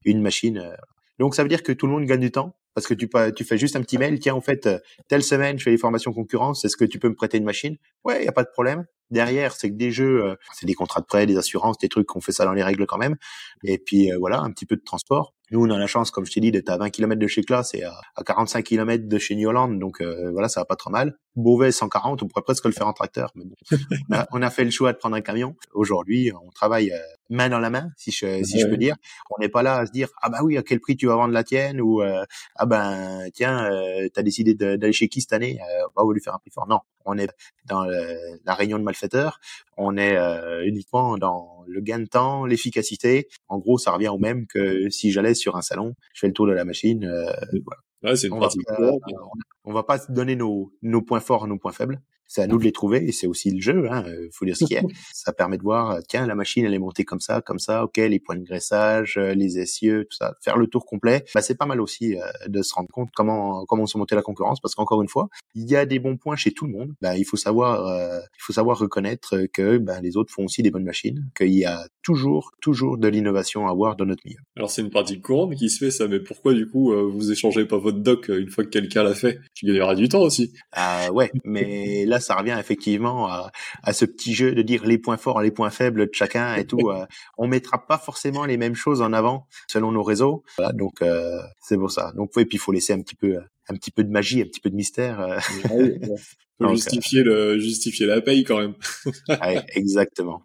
une machine. Euh. Donc ça veut dire que tout le monde gagne du temps. Parce que tu, tu fais juste un petit mail, tiens, en fait, telle semaine, je fais les formations concurrence, est-ce que tu peux me prêter une machine? Ouais, il n'y a pas de problème. Derrière, c'est que des jeux, euh, c'est des contrats de prêt, des assurances, des trucs qu'on fait ça dans les règles quand même. Et puis euh, voilà, un petit peu de transport. Nous, on a la chance, comme je t'ai dit, d'être à vingt kilomètres de chez Claas et à, à quarante-cinq kilomètres de chez New Holland. Donc euh, voilà, ça va pas trop mal. Beauvais, cent quarante, on pourrait presque le faire en tracteur. Mais bon, on a, on a fait le choix de prendre un camion. Aujourd'hui, on travaille euh, main dans la main, si je, si ouais. je peux dire. On n'est pas là à se dire, ah bah oui, à quel prix tu vas vendre la tienne, ou euh, ah ben tiens, euh, t'as décidé de, d'aller chez qui cette année, euh, on va lui faire un prix fort. Non, on est dans le, la réunion de malfaiteurs. On est euh, uniquement dans le gain de temps, l'efficacité. En gros, ça revient au même que si j'allais sur un salon, je fais le tour de la machine. Euh, voilà. Ouais, c'est une on pratique. Va, euh, on va pas se donner nos, nos points forts, nos points faibles. C'est à nous de les trouver et c'est aussi le jeu, hein, faut dire ce qu'il y a. Ça permet de voir, tiens, la machine, elle est montée comme ça, comme ça, ok, les points de graissage, les essieux, tout ça, faire le tour complet. Bah, c'est pas mal aussi euh, de se rendre compte comment comment se monter la concurrence, parce qu'encore une fois, il y a des bons points chez tout le monde. Bah, il faut savoir, euh, il faut savoir reconnaître que bah, les autres font aussi des bonnes machines, qu'il y a toujours, toujours de l'innovation à avoir dans notre milieu. Alors c'est une pratique courante qui se fait ça, mais pourquoi du coup euh, vous échangez pas votre doc une fois que quelqu'un l'a fait? Tu gagneras du temps aussi. Ah ouais, mais là ça revient effectivement à, à ce petit jeu de dire les points forts, les points faibles de chacun et tout. Euh, on mettra pas forcément les mêmes choses en avant selon nos réseaux. Voilà, donc euh, c'est pour ça. Donc oui, puis il faut laisser un petit peu, un petit peu de magie, un petit peu de mystère. Euh. Ah oui, ouais. Faut donc, justifier euh... le, justifier la paye quand même. Ouais, exactement.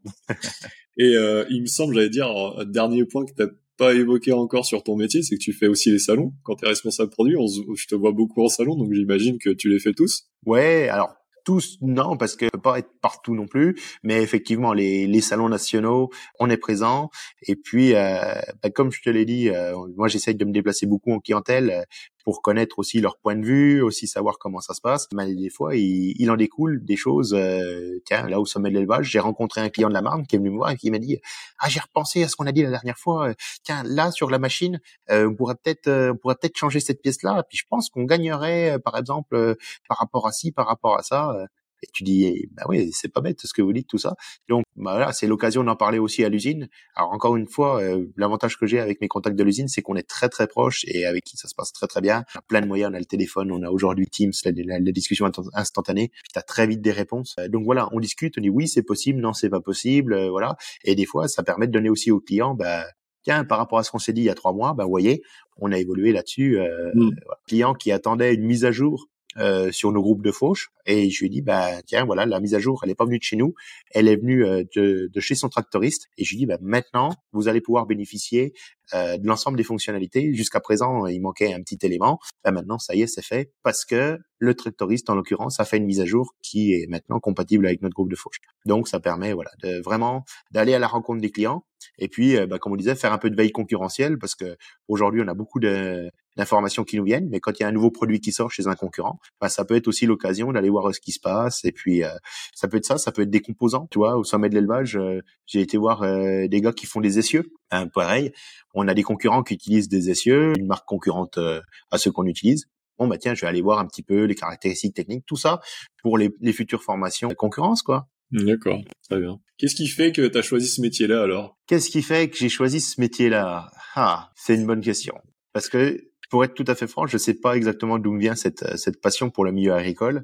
Et euh, il me semble, j'allais dire, un dernier point que t'as pas évoqué encore sur ton métier, c'est que tu fais aussi les salons. Quand t'es responsable produit, on se, je te vois beaucoup en salon, donc j'imagine que tu les fais tous. Ouais, alors tous, non, parce que peut pas être partout non plus, mais effectivement, les, les salons nationaux, on est présent. Et puis, euh, bah, comme je te l'ai dit, euh, moi, j'essaye de me déplacer beaucoup en clientèle euh, pour connaître aussi leur point de vue, aussi savoir comment ça se passe. Mais des fois, il, il en découle des choses. Euh, tiens, là, au sommet de l'élevage, j'ai rencontré un client de la Marne qui est venu me voir et qui m'a dit « Ah, j'ai repensé à ce qu'on a dit la dernière fois. Tiens, là, sur la machine, euh, on pourrait peut-être euh, on pourrait peut-être changer cette pièce-là. Puis je pense qu'on gagnerait, euh, par exemple, euh, par rapport à ci, par rapport à ça. » Et tu dis, bah oui, c'est pas bête ce que vous dites, tout ça. Donc, bah voilà, c'est l'occasion d'en parler aussi à l'usine. Alors encore une fois, euh, l'avantage que j'ai avec mes contacts de l'usine, c'est qu'on est très très proches et avec qui ça se passe très très bien. On a plein de moyens, on a le téléphone, on a aujourd'hui Teams, la, la, la discussion instantanée. Puis t'as très vite des réponses. Donc voilà, on discute, on dit oui, c'est possible, non, c'est pas possible, euh, voilà. Et des fois, ça permet de donner aussi aux clients, bah tiens, par rapport à ce qu'on s'est dit il y a trois mois, bah vous voyez, on a évolué là-dessus. Euh, mm. voilà. Client qui attendait une mise à jour. Euh, sur nos groupes de fauche et je lui ai dit bah tiens voilà la mise à jour elle est pas venue de chez nous, elle est venue euh, de, de chez son tractoriste et je lui ai dit bah maintenant vous allez pouvoir bénéficier euh, de l'ensemble des fonctionnalités. Jusqu'à présent il manquait un petit élément, bah, maintenant ça y est c'est fait parce que le tractoriste en l'occurrence a fait une mise à jour qui est maintenant compatible avec notre groupe de fauche. Donc ça permet voilà de vraiment d'aller à la rencontre des clients et puis euh, bah, comme on disait faire un peu de veille concurrentielle parce que aujourd'hui on a beaucoup de d'informations qui nous viennent, mais quand il y a un nouveau produit qui sort chez un concurrent, bah, ça peut être aussi l'occasion d'aller voir ce qui se passe, et puis euh, ça peut être ça, ça peut être des composants, tu vois, au sommet de l'élevage, euh, j'ai été voir euh, des gars qui font des essieux, hein, pareil, on a des concurrents qui utilisent des essieux, une marque concurrente euh, à ceux qu'on utilise, bon bah tiens, je vais aller voir un petit peu les caractéristiques techniques, tout ça, pour les, les futures formations de concurrence, quoi. D'accord, très bien. Qu'est-ce qui fait que tu as choisi ce métier-là, alors? Qu'est-ce qui fait que j'ai choisi ce métier-là? Ah, c'est une bonne question. Parce que, pour être tout à fait franc, je sais pas exactement d'où me vient cette cette passion pour le milieu agricole.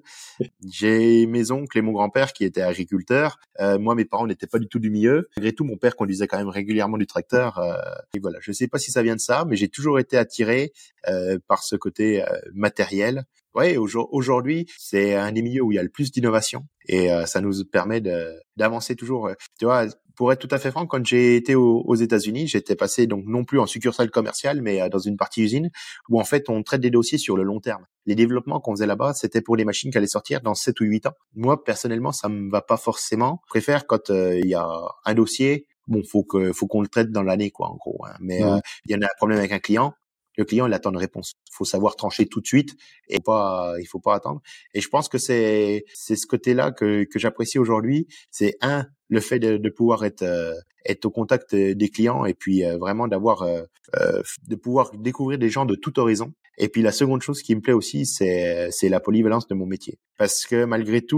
J'ai mes oncles et mon grand-père qui étaient agriculteurs. Euh, moi, mes parents n'étaient pas du tout du milieu. Malgré tout, mon père conduisait quand même régulièrement du tracteur. Euh, et voilà, je sais pas si ça vient de ça, mais j'ai toujours été attiré euh, par ce côté euh, matériel. Ouais, aujourd'hui, c'est un des milieux où il y a le plus d'innovation et euh, ça nous permet de d'avancer toujours. Tu vois, pour être tout à fait franc, quand j'ai été aux, aux États-Unis, j'étais passé donc non plus en succursale commerciale, mais euh, dans une partie usine où en fait on traite des dossiers sur le long terme. Les développements qu'on faisait là-bas, c'était pour des machines qui allaient sortir dans sept ou huit ans. Moi, personnellement, ça me va pas forcément. Je préfère quand il euh, y a un dossier, bon, faut que faut qu'on le traite dans l'année, quoi, en gros. Hein. Mais il mmh. euh, y en a un problème avec un client. Le client, il attend une réponse. Il faut savoir trancher tout de suite et pas, il faut pas attendre. Et je pense que c'est, c'est ce côté-là que, que j'apprécie aujourd'hui. C'est un, le fait de, de pouvoir être, euh, être au contact des clients et puis euh, vraiment d'avoir, euh, euh, de pouvoir découvrir des gens de tout horizon. Et puis la seconde chose qui me plaît aussi, c'est, c'est la polyvalence de mon métier. Parce que malgré tout,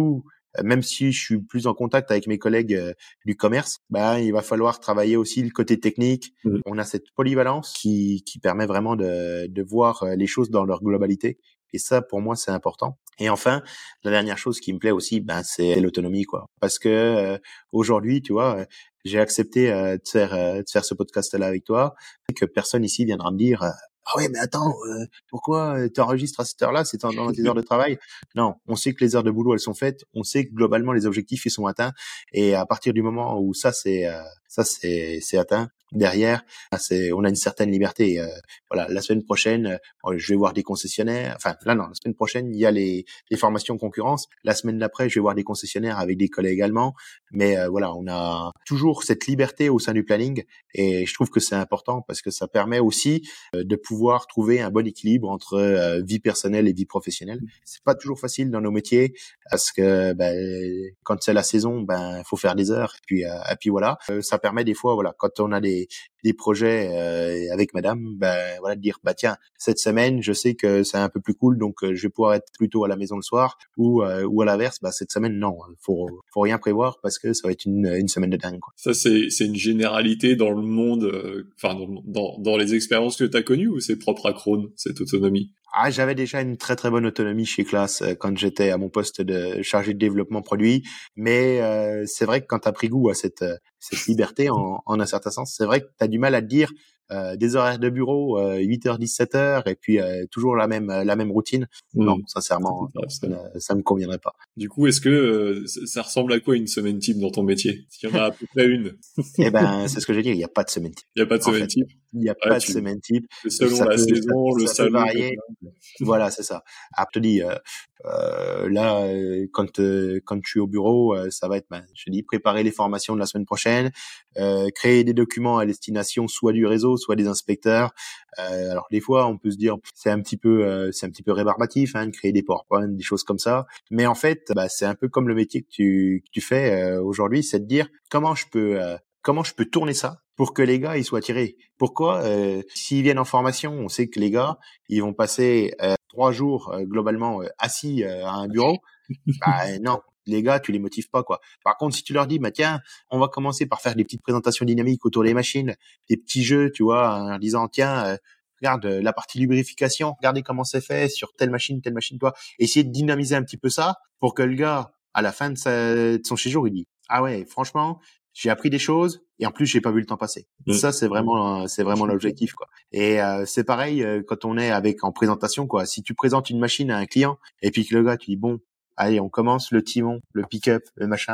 même si je suis plus en contact avec mes collègues euh, du commerce, bah il va falloir travailler aussi le côté technique. Mmh. On a cette polyvalence qui qui permet vraiment de de voir les choses dans leur globalité. Et ça, pour moi, c'est important. Et enfin, la dernière chose qui me plaît aussi, ben, c'est l'autonomie, quoi. Parce que euh, aujourd'hui, tu vois, j'ai accepté euh, de faire euh, de faire ce podcast-là avec toi, et que personne ici viendra me dire euh, ah ouais, mais attends, euh, pourquoi tu enregistres à cette heure-là? C'est dans, dans tes heures de travail. Non, on sait que les heures de boulot elles sont faites. On sait que globalement les objectifs ils sont atteints. Et à partir du moment où ça c'est euh, ça c'est c'est atteint, derrière, c'est on a une certaine liberté. Euh, voilà, la semaine prochaine, euh, je vais voir des concessionnaires. Enfin, là non, la semaine prochaine il y a les les formations concurrence. La semaine d'après, je vais voir des concessionnaires avec des collègues allemands. Mais euh, voilà, on a toujours cette liberté au sein du planning. Et je trouve que c'est important parce que ça permet aussi euh, de pouvoir trouver un bon équilibre entre euh, vie personnelle et vie professionnelle. C'est pas toujours facile dans nos métiers parce que ben, quand c'est la saison, ben faut faire des heures. Et puis euh, et puis voilà, euh, ça permet des fois, voilà, quand on a des des projets euh, avec madame, ben voilà, de dire bah tiens, cette semaine, je sais que c'est un peu plus cool, donc euh, je vais pouvoir être plutôt à la maison le soir, ou euh, ou à l'inverse, bah cette semaine non, faut faut rien prévoir parce que ça va être une une semaine de dingue, quoi. Ça c'est c'est une généralité dans le monde, enfin euh, dans, dans dans les expériences que tu as connues, ou c'est propre à Krone, cette autonomie? Ah, j'avais déjà une très très bonne autonomie chez Class euh, quand j'étais à mon poste de chargé de développement produit, mais euh, c'est vrai que quand tu as pris goût à cette euh, cette liberté en, en un certain sens, c'est vrai que tu as du mal à te dire euh, des horaires de bureau, euh, huit heures dix-sept heures et puis euh, toujours la même la même routine. Mmh. Non, sincèrement, non, ça, ne, ça me conviendrait pas. Du coup, est-ce que euh, ça ressemble à quoi une semaine type dans ton métier? S'il y en a à peu près une. Eh ben, c'est ce que j'ai dit, il n'y a pas de semaine type. Il n'y a pas de semaine fait. type. Il n'y a ah, pas tu... de semaine type. Selon ça la peut, saison, ça, le ça salon. Peut varier. Voilà, c'est ça. Après, je te dis, euh, euh, là, euh, quand euh, quand je suis au bureau, euh, ça va être, ben, je te dis, préparer les formations de la semaine prochaine, euh, créer des documents à destination soit du réseau, soit des inspecteurs. Euh, alors des fois, on peut se dire, c'est un petit peu, euh, c'est un petit peu rébarbatif, hein, de créer des PowerPoint, des choses comme ça. Mais en fait, bah, c'est un peu comme le métier que tu que tu fais euh, aujourd'hui, c'est de dire comment je peux euh, comment je peux tourner ça pour que les gars ils soient attirés. Pourquoi euh, s'ils viennent en formation, on sait que les gars ils vont passer euh, trois jours euh, globalement euh, assis euh, à un bureau. Bah non, les gars tu les motives pas, quoi. Par contre, si tu leur dis bah tiens, on va commencer par faire des petites présentations dynamiques autour des machines, des petits jeux, tu vois, en leur disant tiens euh, regarde la partie lubrification, regardez comment c'est fait sur telle machine, telle machine, toi. Essayer de dynamiser un petit peu ça pour que le gars à la fin de, sa, de son séjour il dit ah ouais, franchement j'ai appris des choses et en plus j'ai pas vu le temps passer. Mmh. Ça c'est vraiment c'est vraiment l'objectif, quoi. Et euh, c'est pareil euh, quand on est avec en présentation, quoi. Si tu présentes une machine à un client et puis que le gars tu dis bon, allez, on commence le timon, le pick-up, le machin.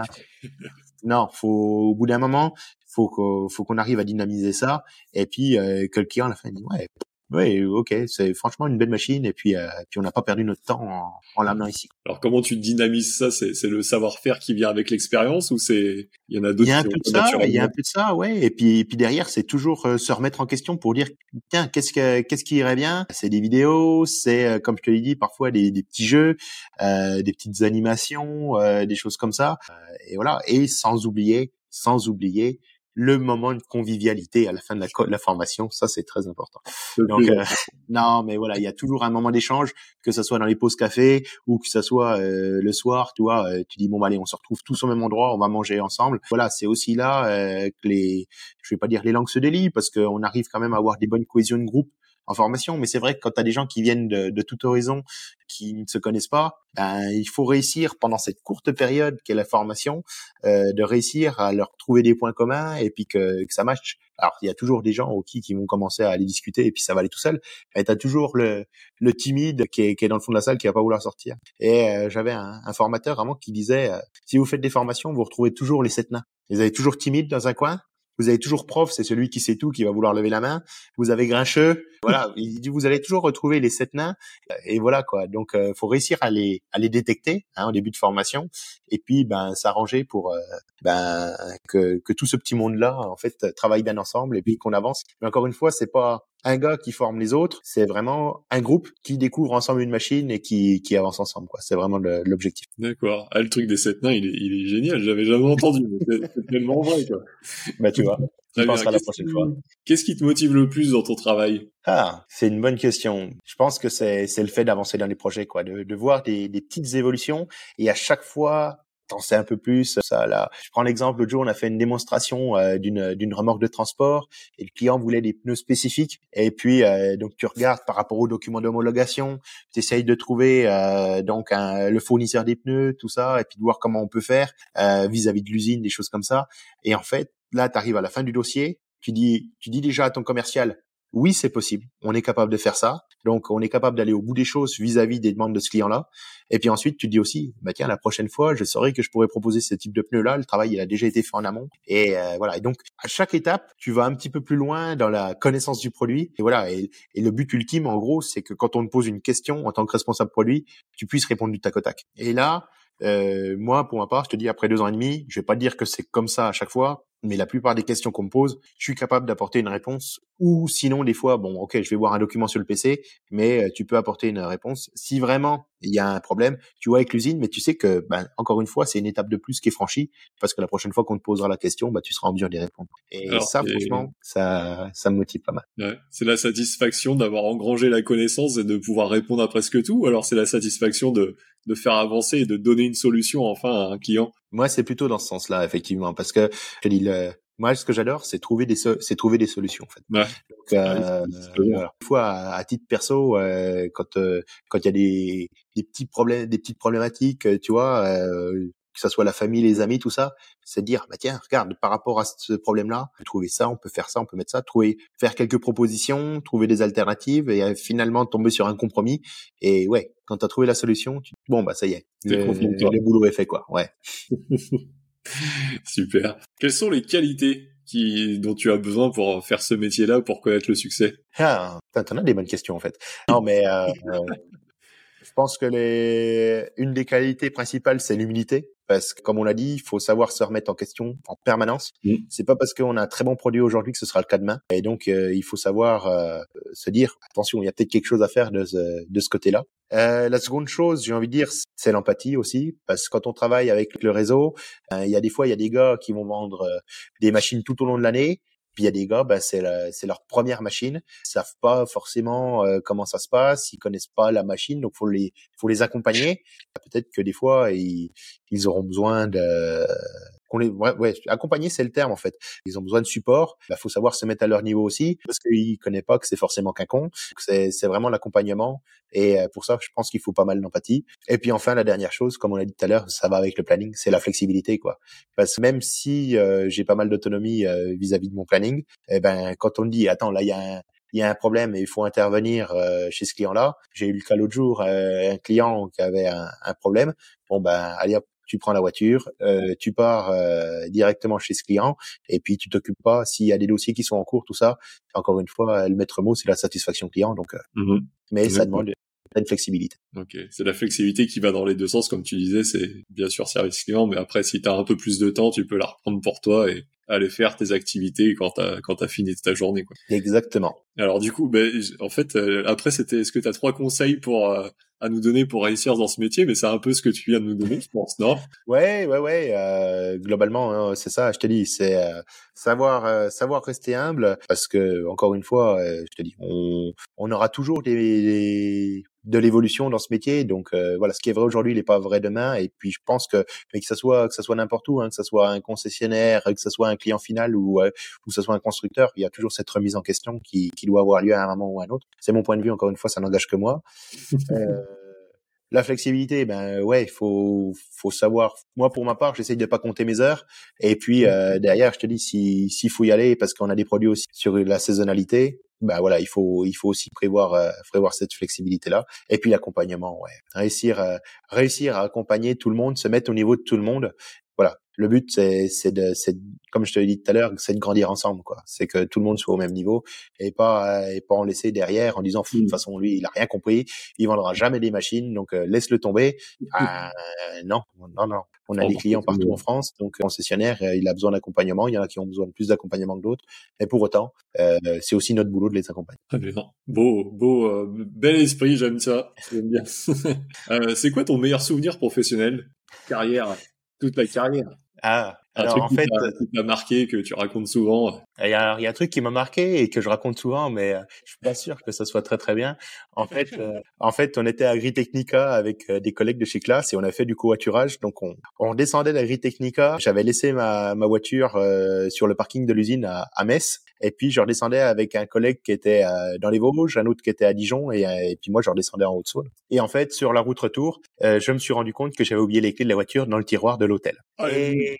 Non, faut au bout d'un moment, faut qu'on faut qu'on arrive à dynamiser ça et puis euh, que le client à la fin dit ouais. Oui, ok, c'est franchement une belle machine et puis euh, puis on n'a pas perdu notre temps en, en l'amenant ici. Alors comment tu dynamises ça? C'est c'est le savoir-faire qui vient avec l'expérience ou c'est il y en a d'autres? Il y a un peu de ça, il y a un peu de ça, ouais. Et puis et puis derrière c'est toujours euh, se remettre en question pour dire tiens qu'est-ce que qu'est-ce qui irait bien? C'est des vidéos, c'est euh, comme je te l'ai dit parfois des, des petits jeux, euh, des petites animations, euh, des choses comme ça. Euh, et voilà. Et sans oublier, sans oublier. le moment de convivialité à la fin de la, co- la formation, ça c'est très important. Donc euh, non, mais voilà, il y a toujours un moment d'échange, que ce soit dans les pauses café ou que ce soit euh, le soir, tu vois, euh, tu dis bon bah, allez, on se retrouve tous au même endroit, on va manger ensemble. Voilà, c'est aussi là euh, que les, je vais pas dire les langues se délient, parce qu'on arrive quand même à avoir des bonnes cohésions de groupe en formation, mais c'est vrai que quand tu as des gens qui viennent de, de tout horizon, qui ne se connaissent pas, ben il faut réussir pendant cette courte période qu'est la formation, euh, de réussir à leur trouver des points communs et puis que, que ça matche. Alors il y a toujours des gens au qui qui vont commencer à aller discuter et puis ça va aller tout seul. Et t'as toujours le, le timide qui est, qui est dans le fond de la salle qui va pas vouloir sortir. Et euh, j'avais un, un formateur avant qui disait euh, si vous faites des formations, vous retrouvez toujours les sept nains. Vous avez toujours timide dans un coin. Vous avez toujours prof, c'est celui qui sait tout, qui va vouloir lever la main. Vous avez grincheux, voilà. Il dit vous allez toujours retrouver les sept nains, et voilà quoi. Donc, euh, faut réussir à les à les détecter hein, au début de formation, et puis ben s'arranger pour euh, ben que que tout ce petit monde-là en fait travaille bien ensemble et puis qu'on avance. Mais encore une fois, c'est pas un gars qui forme les autres, c'est vraiment un groupe qui découvre ensemble une machine et qui qui avance ensemble, quoi. C'est vraiment le, l'objectif. D'accord. Ah, le truc des sept nains, il est, il est génial. J'avais jamais entendu. Mais c'est, c'est tellement vrai, quoi. Bah tu vois. Tu penseras la prochaine qui, fois. Qu'est-ce qui te motive le plus dans ton travail? Ah, c'est une bonne question. Je pense que c'est c'est le fait d'avancer dans les projets, quoi, de de voir des des petites évolutions et à chaque fois t'en sais un peu plus. Ça, là, je prends l'exemple, l'autre jour, on a fait une démonstration euh, d'une d'une remorque de transport et le client voulait des pneus spécifiques. Et puis, euh, donc, tu regardes par rapport aux documents d'homologation, tu essayes de trouver euh, donc un, le fournisseur des pneus, tout ça, et puis de voir comment on peut faire euh, vis-à-vis de l'usine, des choses comme ça. Et en fait, là, tu arrives à la fin du dossier, tu dis, tu dis déjà à ton commercial, oui, c'est possible, on est capable de faire ça. Donc, on est capable d'aller au bout des choses vis-à-vis des demandes de ce client-là. Et puis ensuite, tu dis aussi, bah tiens, la prochaine fois, je saurais que je pourrais proposer ce type de pneu-là. Le travail, il a déjà été fait en amont. Et euh, voilà. Et donc, à chaque étape, tu vas un petit peu plus loin dans la connaissance du produit. Et voilà. Et, et le but ultime, en gros, c'est que quand on te pose une question en tant que responsable produit, tu puisses répondre du tac au tac. Et là, euh, moi, pour ma part, je te dis, après deux ans et demi, je vais pas te dire que c'est comme ça à chaque fois, mais la plupart des questions qu'on me pose, je suis capable d'apporter une réponse. Ou sinon, des fois, bon, ok, je vais voir un document sur le P C, mais euh, tu peux apporter une réponse. Si vraiment il y a un problème, tu vois avec l'usine, mais tu sais que, ben, encore une fois, c'est une étape de plus qui est franchie, parce que la prochaine fois qu'on te posera la question, bah, tu seras en mesure d'y répondre. Et Alors, ça, et... franchement, ça, ça me motive pas mal. Ouais. C'est la satisfaction d'avoir engrangé la connaissance et de pouvoir répondre à presque tout, ou alors c'est la satisfaction de, de faire avancer et de donner une solution enfin à un client? Moi, c'est plutôt dans ce sens-là, effectivement, parce que je te dis, le, moi, ce que j'adore, c'est trouver des, so- c'est trouver des solutions, en fait. Ouais. Donc, euh, voilà. Une fois, à, à titre perso, euh, quand euh, quand il y a des, des petits problèmes, des petites problématiques, tu vois, euh, que ça soit la famille, les amis, tout ça, c'est de dire, bah tiens, regarde, par rapport à ce problème-là, on peut trouver ça, on peut faire ça, on peut mettre ça, trouver, faire quelques propositions, trouver des alternatives et euh, finalement tomber sur un compromis. Et ouais, quand t'as trouvé la solution, tu... bon bah ça y est, le, le boulot est fait quoi. Ouais. Super. Quelles sont les qualités qui dont tu as besoin pour faire ce métier-là, pour connaître le succès? Ah, t'en as des bonnes questions en fait. Non mais euh, euh, je pense que les une des qualités principales c'est l'humilité. Parce que, comme on l'a dit, il faut savoir se remettre en question en permanence. Mmh. C'est pas parce qu'on a un très bon produit aujourd'hui que ce sera le cas demain. Et donc, euh, il faut savoir euh, se dire, attention, il y a peut-être quelque chose à faire de ce, de ce côté-là. Euh, la seconde chose, j'ai envie de dire, c'est l'empathie aussi. Parce que quand on travaille avec le réseau, euh, il y a des fois, il y a des gars qui vont vendre euh, des machines tout au long de l'année. Puis il y a des gars, ben c'est la, c'est leur première machine, ils savent pas forcément euh, comment ça se passe, ils connaissent pas la machine, donc faut les faut les accompagner. Peut-être que des fois ils ils auront besoin de qu'on les ouais, ouais accompagner, c'est le terme en fait. Ils ont besoin de support, il bah, faut savoir se mettre à leur niveau aussi parce qu'ils connaissent pas que c'est forcément qu'un con. C'est c'est vraiment l'accompagnement et pour ça je pense qu'il faut pas mal d'empathie. Et puis enfin la dernière chose, comme on l'a dit tout à l'heure, ça va avec le planning, c'est la flexibilité quoi. Parce que même si euh, j'ai pas mal d'autonomie euh, vis-à-vis de mon planning, eh ben quand on me dit attends là il y a un il y a un problème et il faut intervenir euh, chez ce client-là. J'ai eu le cas l'autre jour, euh, un client qui avait un, un problème. Bon ben allez hop, tu prends la voiture, euh, tu pars euh, directement chez ce client et puis tu t'occupes pas s'il y a des dossiers qui sont en cours, tout ça. Encore une fois, le maître mot c'est la satisfaction client. Donc, euh, mmh. mais ça demande une flexibilité. Ok, c'est la flexibilité qui va dans les deux sens, comme tu disais, c'est bien sûr service client, mais après si t'as un peu plus de temps, tu peux la reprendre pour toi et aller faire tes activités quand t'as quand t'as fini ta journée quoi. Exactement. Alors du coup, ben en fait, euh, après c'était, est-ce que t'as trois conseils pour euh, à nous donner pour réussir dans ce métier? Mais c'est un peu ce que tu viens de nous donner, je pense, non? Ouais, ouais, ouais. Euh, globalement, hein, c'est ça. Je te dis, c'est euh, savoir euh, savoir rester humble, parce que encore une fois, euh, je te dis, on on aura toujours des, des de l'évolution dans ce métier. Donc euh, voilà, ce qui est vrai aujourd'hui, il n'est pas vrai demain. Et puis je pense que, mais que ça soit que ça soit n'importe où, hein, que ça soit un concessionnaire, que ça soit un client final ou euh, ou que ça soit un constructeur, il y a toujours cette remise en question qui qui doit avoir lieu à un moment ou à un autre. C'est mon point de vue. Encore une fois, ça n'engage que moi. Euh, La flexibilité, ben ouais, il faut faut savoir. Moi, pour ma part, j'essaye de pas compter mes heures. Et puis euh, derrière, je te dis, si s'il faut y aller, parce qu'on a des produits aussi sur la saisonnalité, ben voilà, il faut il faut aussi prévoir euh, prévoir cette flexibilité là. Et puis l'accompagnement, ouais, réussir euh, réussir à accompagner tout le monde, se mettre au niveau de tout le monde. Voilà, le but c'est c'est de c'est comme je te l'ai dit tout à l'heure, c'est de grandir ensemble quoi. C'est que tout le monde soit au même niveau et pas euh, et pas en laisser derrière en disant de toute façon lui il a rien compris, il vendra jamais des machines donc euh, laisse-le tomber. Ah, non, non non, on a oh, des clients partout en France donc concessionnaire euh, il a besoin d'accompagnement, il y en a qui ont besoin de plus d'accompagnement que d'autres et pour autant euh, c'est aussi notre boulot de les accompagner. Très bien. Beau beau euh, bel esprit, j'aime ça. J'aime bien. euh, c'est quoi ton meilleur souvenir professionnel? Carrière. Toute la carrière. Ah, Un Alors truc en qui fait, t'a, qui t'a marqué, que tu racontes souvent. il y a, il y a un truc qui m'a marqué et que je raconte souvent, mais euh, je suis pas sûr que ça soit très très bien. En fait, euh, en fait, on était à Agritechnica avec euh, des collègues de chez classe et on a fait du covoiturage. Donc on, on descendait d'Agritechnica. J'avais laissé ma, ma voiture euh, sur le parking de l'usine à, à Metz. Et puis je redescendais avec un collègue qui était euh, dans les Vosges, un autre qui était à Dijon, et, euh, et puis moi je redescendais en Haute-Saône. Et en fait, sur la route retour, euh, je me suis rendu compte que j'avais oublié les clés de la voiture dans le tiroir de l'hôtel. Ah, Et,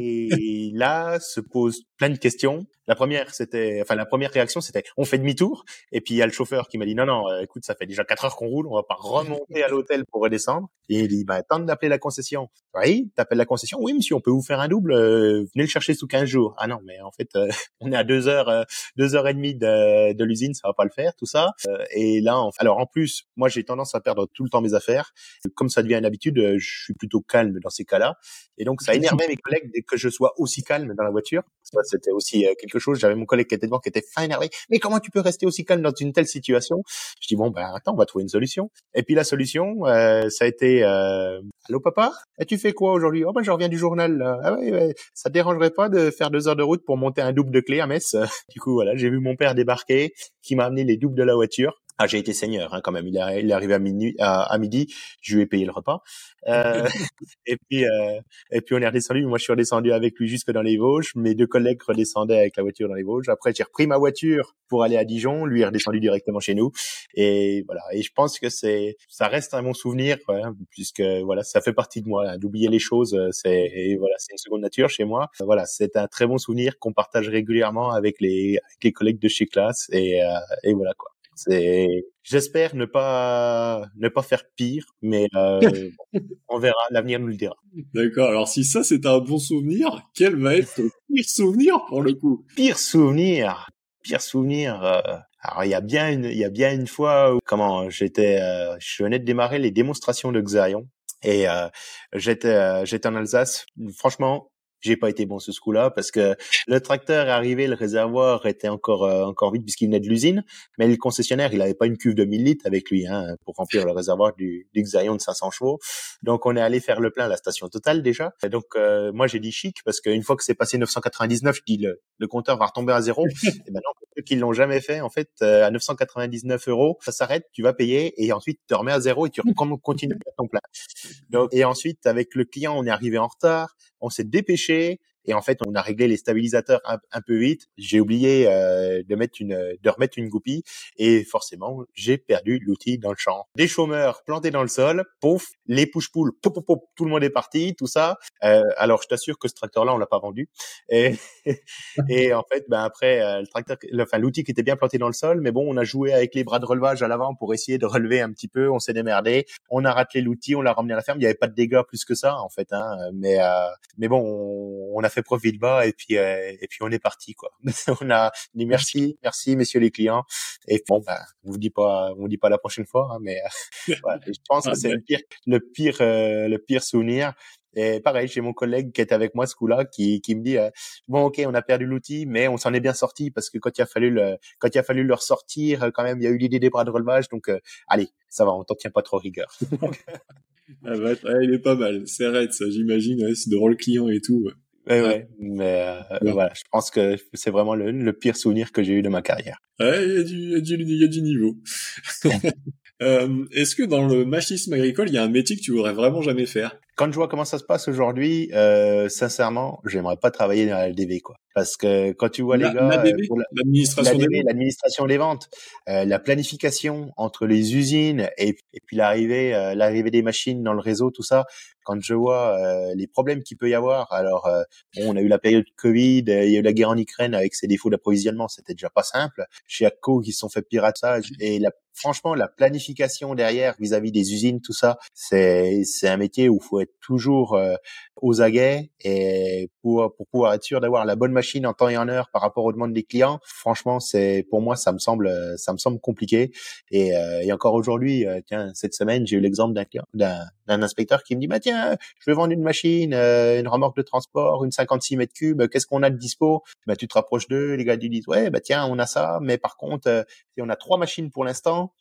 et là se posent plein de questions. La première, c'était, enfin la première réaction, c'était, on fait demi-tour. Et puis il y a le chauffeur qui m'a dit, non non, euh, écoute, ça fait déjà quatre heures qu'on roule, on va pas remonter à l'hôtel pour redescendre. Et il dit, bah tente d'appeler la concession. Oui, t'appelles la concession. Oui monsieur, on peut vous faire un double. Euh, venez le chercher sous quinze jours. Ah non, mais en fait, euh, on est à deux heures, euh, deux heures et demie de, de l'usine, ça va pas le faire, tout ça. Euh, et là, on... alors en plus, moi j'ai tendance à perdre tout le temps mes affaires. Comme ça devient une habitude, euh, je suis plutôt calme dans ces cas-là. Et donc ça énervait mes collègues dès que je sois aussi calme dans la voiture. Ça, c'était aussi euh, quelque chose. J'avais mon collègue qui était devant, qui était fin énervé. Mais comment tu peux rester aussi calme dans une telle situation? Je dis bon, ben attends, on va trouver une solution. Et puis la solution, euh, ça a été euh, allô papa, et tu fais quoi aujourd'hui? Oh ben je reviens du journal. Là. Ah ouais, ouais, ça te dérangerait pas de faire deux heures de route pour monter un double de clé à Metz? Du coup voilà, j'ai vu mon père débarquer, qui m'a amené les doubles de la voiture. Ah, j'ai été seigneur hein, quand même. Il est, il est arrivé à minuit, à, à midi. Je lui ai payé le repas. Euh, et puis, euh, et puis on est redescendu. Moi, je suis redescendu avec lui jusque dans les Vosges. Mes deux collègues redescendaient avec la voiture dans les Vosges. Après, j'ai repris ma voiture pour aller à Dijon. Lui est redescendu directement chez nous. Et voilà. Et je pense que c'est, ça reste un bon souvenir, quoi, hein, puisque voilà, ça fait partie de moi. Hein, d'oublier les choses, c'est, et voilà, c'est une seconde nature chez moi. Voilà, c'est un très bon souvenir qu'on partage régulièrement avec les, avec les collègues de chez classe. Et, euh, et voilà quoi. C'est, j'espère ne pas ne pas faire pire, mais euh, bon, on verra, l'avenir nous le dira. D'accord. Alors si ça c'est un bon souvenir, quel va être ton pire souvenir pour le coup? Pire souvenir, pire souvenir. Euh, alors il y a bien une, il y a bien une fois où comment j'étais, euh, je venais de démarrer les démonstrations de Xarion et euh, j'étais euh, j'étais en Alsace. Franchement, j'ai pas été bon ce coup-là parce que le tracteur est arrivé, le réservoir était encore euh, encore vide puisqu'il venait de l'usine, mais le concessionnaire il avait pas une cuve de mille litres avec lui hein, pour remplir le réservoir du, du Xarion de cinq cents chevaux. Donc on est allé faire le plein à la station Total déjà. Et donc euh, moi j'ai dit chic parce qu'une fois que c'est passé neuf cent quatre-vingt-dix-neuf, je dis le, le compteur va retomber à zéro. Et maintenant pour ceux qui l'ont jamais fait, en fait euh, à neuf cent quatre-vingt-dix-neuf euros, ça s'arrête, tu vas payer et ensuite tu te remets à zéro et tu continues à faire ton plein. Donc et ensuite avec le client on est arrivé en retard. On s'est dépêché et en fait on a réglé les stabilisateurs un, un peu vite. J'ai oublié euh, de mettre une de remettre une goupille et forcément j'ai perdu l'outil dans le champ. Des chômeurs plantés dans le sol, pouf, les push-pull, pop, pop, pop, tout le monde est parti, tout ça. Euh, alors je t'assure que ce tracteur-là on l'a pas vendu. Et, et en fait ben après euh, le tracteur, le, enfin l'outil qui était bien planté dans le sol, mais bon on a joué avec les bras de relevage à l'avant pour essayer de relever un petit peu. On s'est démerdé, on a ratelé l'outil, on l'a ramené à la ferme. Il y avait pas de dégâts plus que ça en fait, hein, mais euh, mais bon on, on a fait profil bas et puis euh, et puis on est parti quoi. On a dit merci, merci messieurs les clients. Et bon ben on vous dit pas, on vous dit pas la prochaine fois, hein, mais euh, voilà, je pense que c'est le pire, le pire, euh, le pire souvenir. Et pareil, j'ai mon collègue qui était avec moi ce coup-là, qui qui me dit euh, bon ok on a perdu l'outil, mais on s'en est bien sorti parce que quand il a fallu le quand il a fallu le ressortir, quand même il y a eu l'idée des bras de relevage, donc euh, allez ça va, on t'en tient pas trop rigueur. Ah bah, ouais, il est pas mal, c'est raide ça, j'imagine, ouais, c'est devant le client et tout. Ouais. Ouais, ouais, mais euh, ouais. Voilà, je pense que c'est vraiment le, le pire souvenir que j'ai eu de ma carrière. Ouais, il y a du, il y a du, il y a du niveau. euh, est-ce que dans le machisme agricole, il y a un métier que tu voudrais vraiment jamais faire? Quand je vois comment ça se passe aujourd'hui, euh, sincèrement, j'aimerais pas travailler dans la L D V, quoi. Parce que quand tu vois la, les gars, l'A D V, pour la, l'administration l'A D V, des ventes, l'administration des ventes, euh, la planification entre les usines et, et puis l'arrivée, euh, l'arrivée des machines dans le réseau, tout ça. Quand je vois euh, les problèmes qu'il peut y avoir, alors euh, bon, on a eu la période Covid, euh, il y a eu la guerre en Ukraine avec ses défauts d'approvisionnement, c'était déjà pas simple. Chez AGCO, qui se sont fait piratage et la, franchement, la planification derrière vis-à-vis des usines, tout ça, c'est c'est un métier où il faut être toujours euh, aux aguets et pour pour pouvoir être sûr d'avoir la bonne machine en temps et en heure par rapport aux demandes des clients. Franchement, c'est pour moi ça me semble ça me semble compliqué et, euh, et encore aujourd'hui, euh, tiens cette semaine j'ai eu l'exemple d'un client, d'un d'un inspecteur qui me dit bah tiens je vais vendre une machine, euh, une remorque de transport, une cinquante-six mètres cubes, qu'est-ce qu'on a de dispo? Bah tu te rapproches d'eux, les gars ils disent ouais bah tiens on a ça, mais par contre euh, on a trois machines pour l'instant.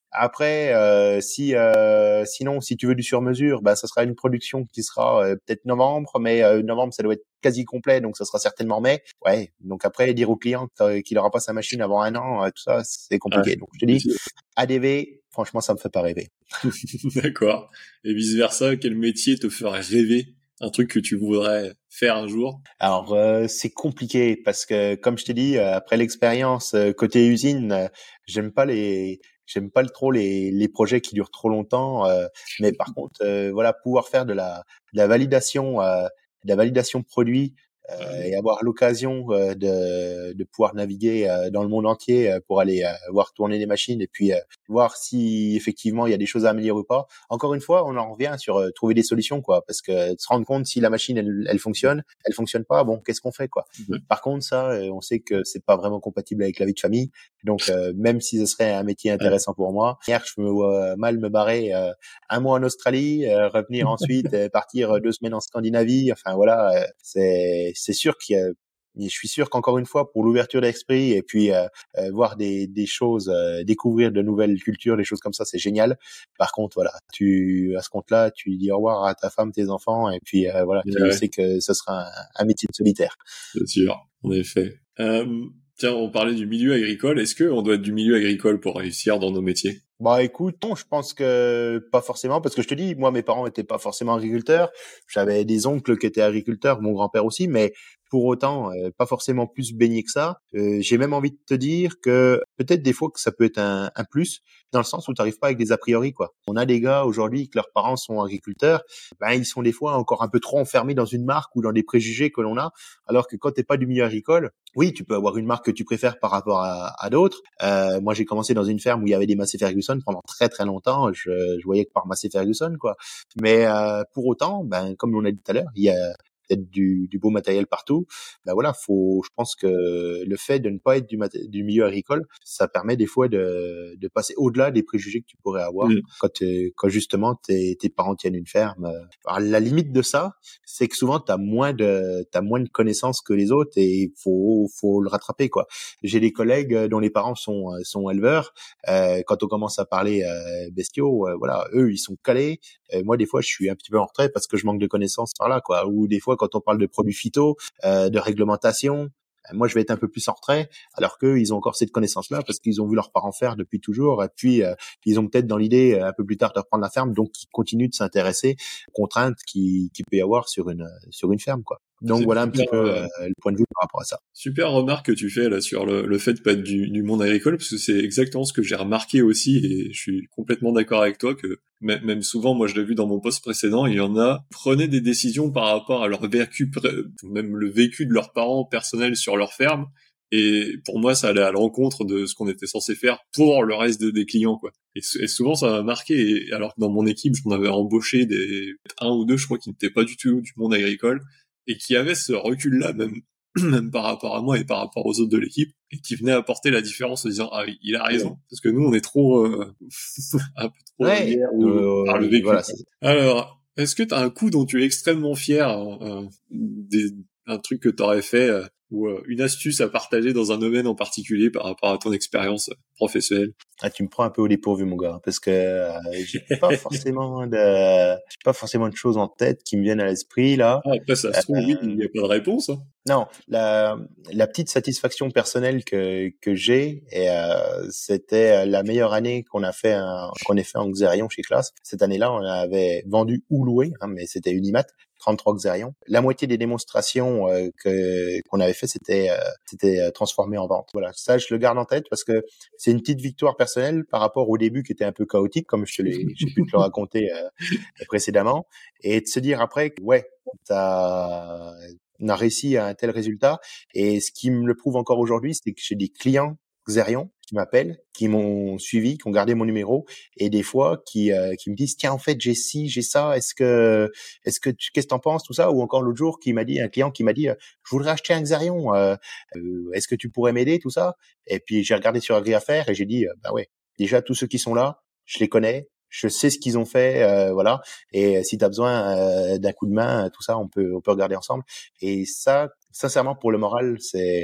Après, euh, si euh, sinon, si tu veux du sur-mesure, bah, ça sera une production qui sera euh, peut-être novembre, mais euh, novembre, ça doit être quasi complet, donc ça sera certainement mai. Ouais, donc après, dire au client que- qu'il aura pas sa machine avant un an, euh, tout ça, c'est compliqué. Ouais. Donc je te dis, A D V, franchement, ça me fait pas rêver. D'accord. Et vice versa, quel métier te ferait rêver? Un truc que tu voudrais faire un jour? Alors euh, c'est compliqué parce que comme je t'ai dit, euh, après l'expérience euh, côté usine, euh, j'aime pas les j'aime pas le- trop les les projets qui durent trop longtemps. Euh, mais par contre, euh, voilà, pouvoir faire de la de la validation euh, de la validation produit euh, Ouais. et avoir l'occasion euh, de de pouvoir naviguer euh, dans le monde entier euh, pour aller euh, voir tourner les machines et puis euh, voir si effectivement il y a des choses à améliorer ou pas. Encore une fois, on en revient sur euh, trouver des solutions, quoi, parce que se rendre compte si la machine elle, elle fonctionne, elle fonctionne pas, bon, qu'est-ce qu'on fait, quoi. Ouais. Par contre, ça, euh, on sait que c'est pas vraiment compatible avec la vie de famille, donc euh, même si ce serait un métier intéressant pour moi, hier je me vois mal me barrer euh, un mois en Australie, euh, revenir ensuite, euh, partir euh, deux semaines en Scandinavie, enfin voilà, euh, c'est c'est sûr qu'il y a je suis sûr qu'encore une fois, pour l'ouverture d'esprit et puis euh, euh, voir des, des choses, euh, découvrir de nouvelles cultures, des choses comme ça, c'est génial. Par contre, voilà, tu à ce compte-là, tu dis au revoir à ta femme, tes enfants, et puis euh, voilà, tu Ouais, sais que ce sera un, un métier de solitaire. c'est sûr, en effet. Euh, tiens, on parlait du milieu agricole. Est-ce qu'on doit être du milieu agricole pour réussir dans nos métiers? Bah écoute, non, je pense que pas forcément, parce que je te dis, moi mes parents étaient pas forcément agriculteurs, j'avais des oncles qui étaient agriculteurs, mon grand-père aussi, mais pour autant, euh, pas forcément plus baigné que ça. Euh, j'ai même envie de te dire que peut-être des fois que ça peut être un, un plus, dans le sens où tu n'arrives pas avec des a priori, quoi. On a des gars aujourd'hui que leurs parents sont agriculteurs, ben ils sont des fois encore un peu trop enfermés dans une marque ou dans des préjugés que l'on a, alors que quand t'es pas du milieu agricole, oui, tu peux avoir une marque que tu préfères par rapport à, à d'autres. Euh, moi, j'ai commencé dans une ferme où il y avait des Massey Ferguson pendant très très longtemps. Je, je voyais que par Massey Ferguson, quoi. Mais euh, pour autant, ben comme on a dit tout à l'heure, il y a peut-être du, du beau matériel partout. Ben voilà, faut. Je pense que le fait de ne pas être du, maté- du milieu agricole, ça permet des fois de, de passer au-delà des préjugés que tu pourrais avoir Mm. quand, t'es- quand justement tes, tes parents tiennent une ferme. Alors, la limite de ça, c'est que souvent t'as moins de t'as moins de connaissances que les autres et il faut faut le rattraper, quoi. J'ai des collègues euh, dont les parents sont euh, sont éleveurs. Euh, quand on commence à parler euh, bestiaux, euh, voilà, eux ils sont calés. Euh, moi des fois je suis un petit peu en retrait parce que je manque de connaissances par là, quoi. Ou des fois quand on parle de produits phyto, euh, de réglementation, euh, moi je vais être un peu plus en retrait, alors qu'eux ils ont encore cette connaissance-là parce qu'ils ont vu leurs parents faire depuis toujours et puis euh, ils ont peut-être dans l'idée euh, un peu plus tard de reprendre la ferme, donc ils continuent de s'intéresser aux contraintes qui qui peut y avoir sur une sur une ferme, quoi. Donc C'est voilà un super, petit peu euh, euh, le point de vue par rapport à ça. super remarque que tu fais là sur le, le fait de pas être du, du monde agricole, parce que c'est exactement ce que j'ai remarqué aussi, et je suis complètement d'accord avec toi que même, même souvent, moi je l'ai vu dans mon poste précédent, il y en a prenaient des décisions par rapport à leur vécu, pré- même le vécu de leurs parents personnels sur leur ferme, et pour moi ça allait à l'encontre de ce qu'on était censé faire pour le reste de, des clients, quoi. Et, et souvent ça m'a marqué, et alors que dans mon équipe j'en avais embauché des un ou deux, je crois, qui n'étaient pas du tout du monde agricole et qui avaient ce recul-là même même par rapport à moi et par rapport aux autres de l'équipe, et qui venait apporter la différence en disant ah oui, il a raison, parce que nous on est trop euh, un peu trop Ouais, arrière ou par le euh, vécu. voilà. c'est- Alors, est-ce que t'as un coup dont tu es extrêmement fier, euh, euh, des, un truc que t'aurais fait, euh, ou euh, une astuce à partager dans un domaine en particulier par rapport à ton expérience professionnelle? Ah, tu me prends un peu au dépourvu, mon gars, parce que euh, j'ai pas forcément de j'ai pas forcément de choses en tête qui me viennent à l'esprit là. Ah, après ça se trouve, oui, il n'y a pas de réponse, hein. Non, la, la petite satisfaction personnelle que, que j'ai, et euh, c'était la meilleure année qu'on a fait un, qu'on ait fait en Xerion chez Class. Cette année-là, on avait vendu ou loué, hein, mais c'était Unimat, trente-trois Xerion. La moitié des démonstrations euh, que qu'on avait fait, c'était euh, c'était euh, transformé en vente. Voilà, ça je le garde en tête parce que c'est une petite victoire personnelle par rapport au début qui était un peu chaotique, comme je te l'ai, j'ai pu te le raconter euh, précédemment, et de se dire après, ouais, t'as on a réussi à un tel résultat. Et ce qui me le prouve encore aujourd'hui, c'est que j'ai des clients Xerion qui m'appellent, qui m'ont suivi, qui ont gardé mon numéro, et des fois qui euh, qui me disent tiens en fait j'ai ci, j'ai ça, est-ce que est-ce que tu, qu'est-ce que t'en penses tout ça, ou encore l'autre jour qui m'a dit un client qui m'a dit euh, je voudrais acheter un Xerion, euh, euh, est-ce que tu pourrais m'aider tout ça, et puis j'ai regardé sur Agriaffaire et j'ai dit euh, bah ouais, déjà tous ceux qui sont là, je les connais. Je sais ce qu'ils ont fait, euh, voilà. Et si tu as besoin euh, d'un coup de main, tout ça, on peut on peut regarder ensemble. Et ça, sincèrement, pour le moral, c'est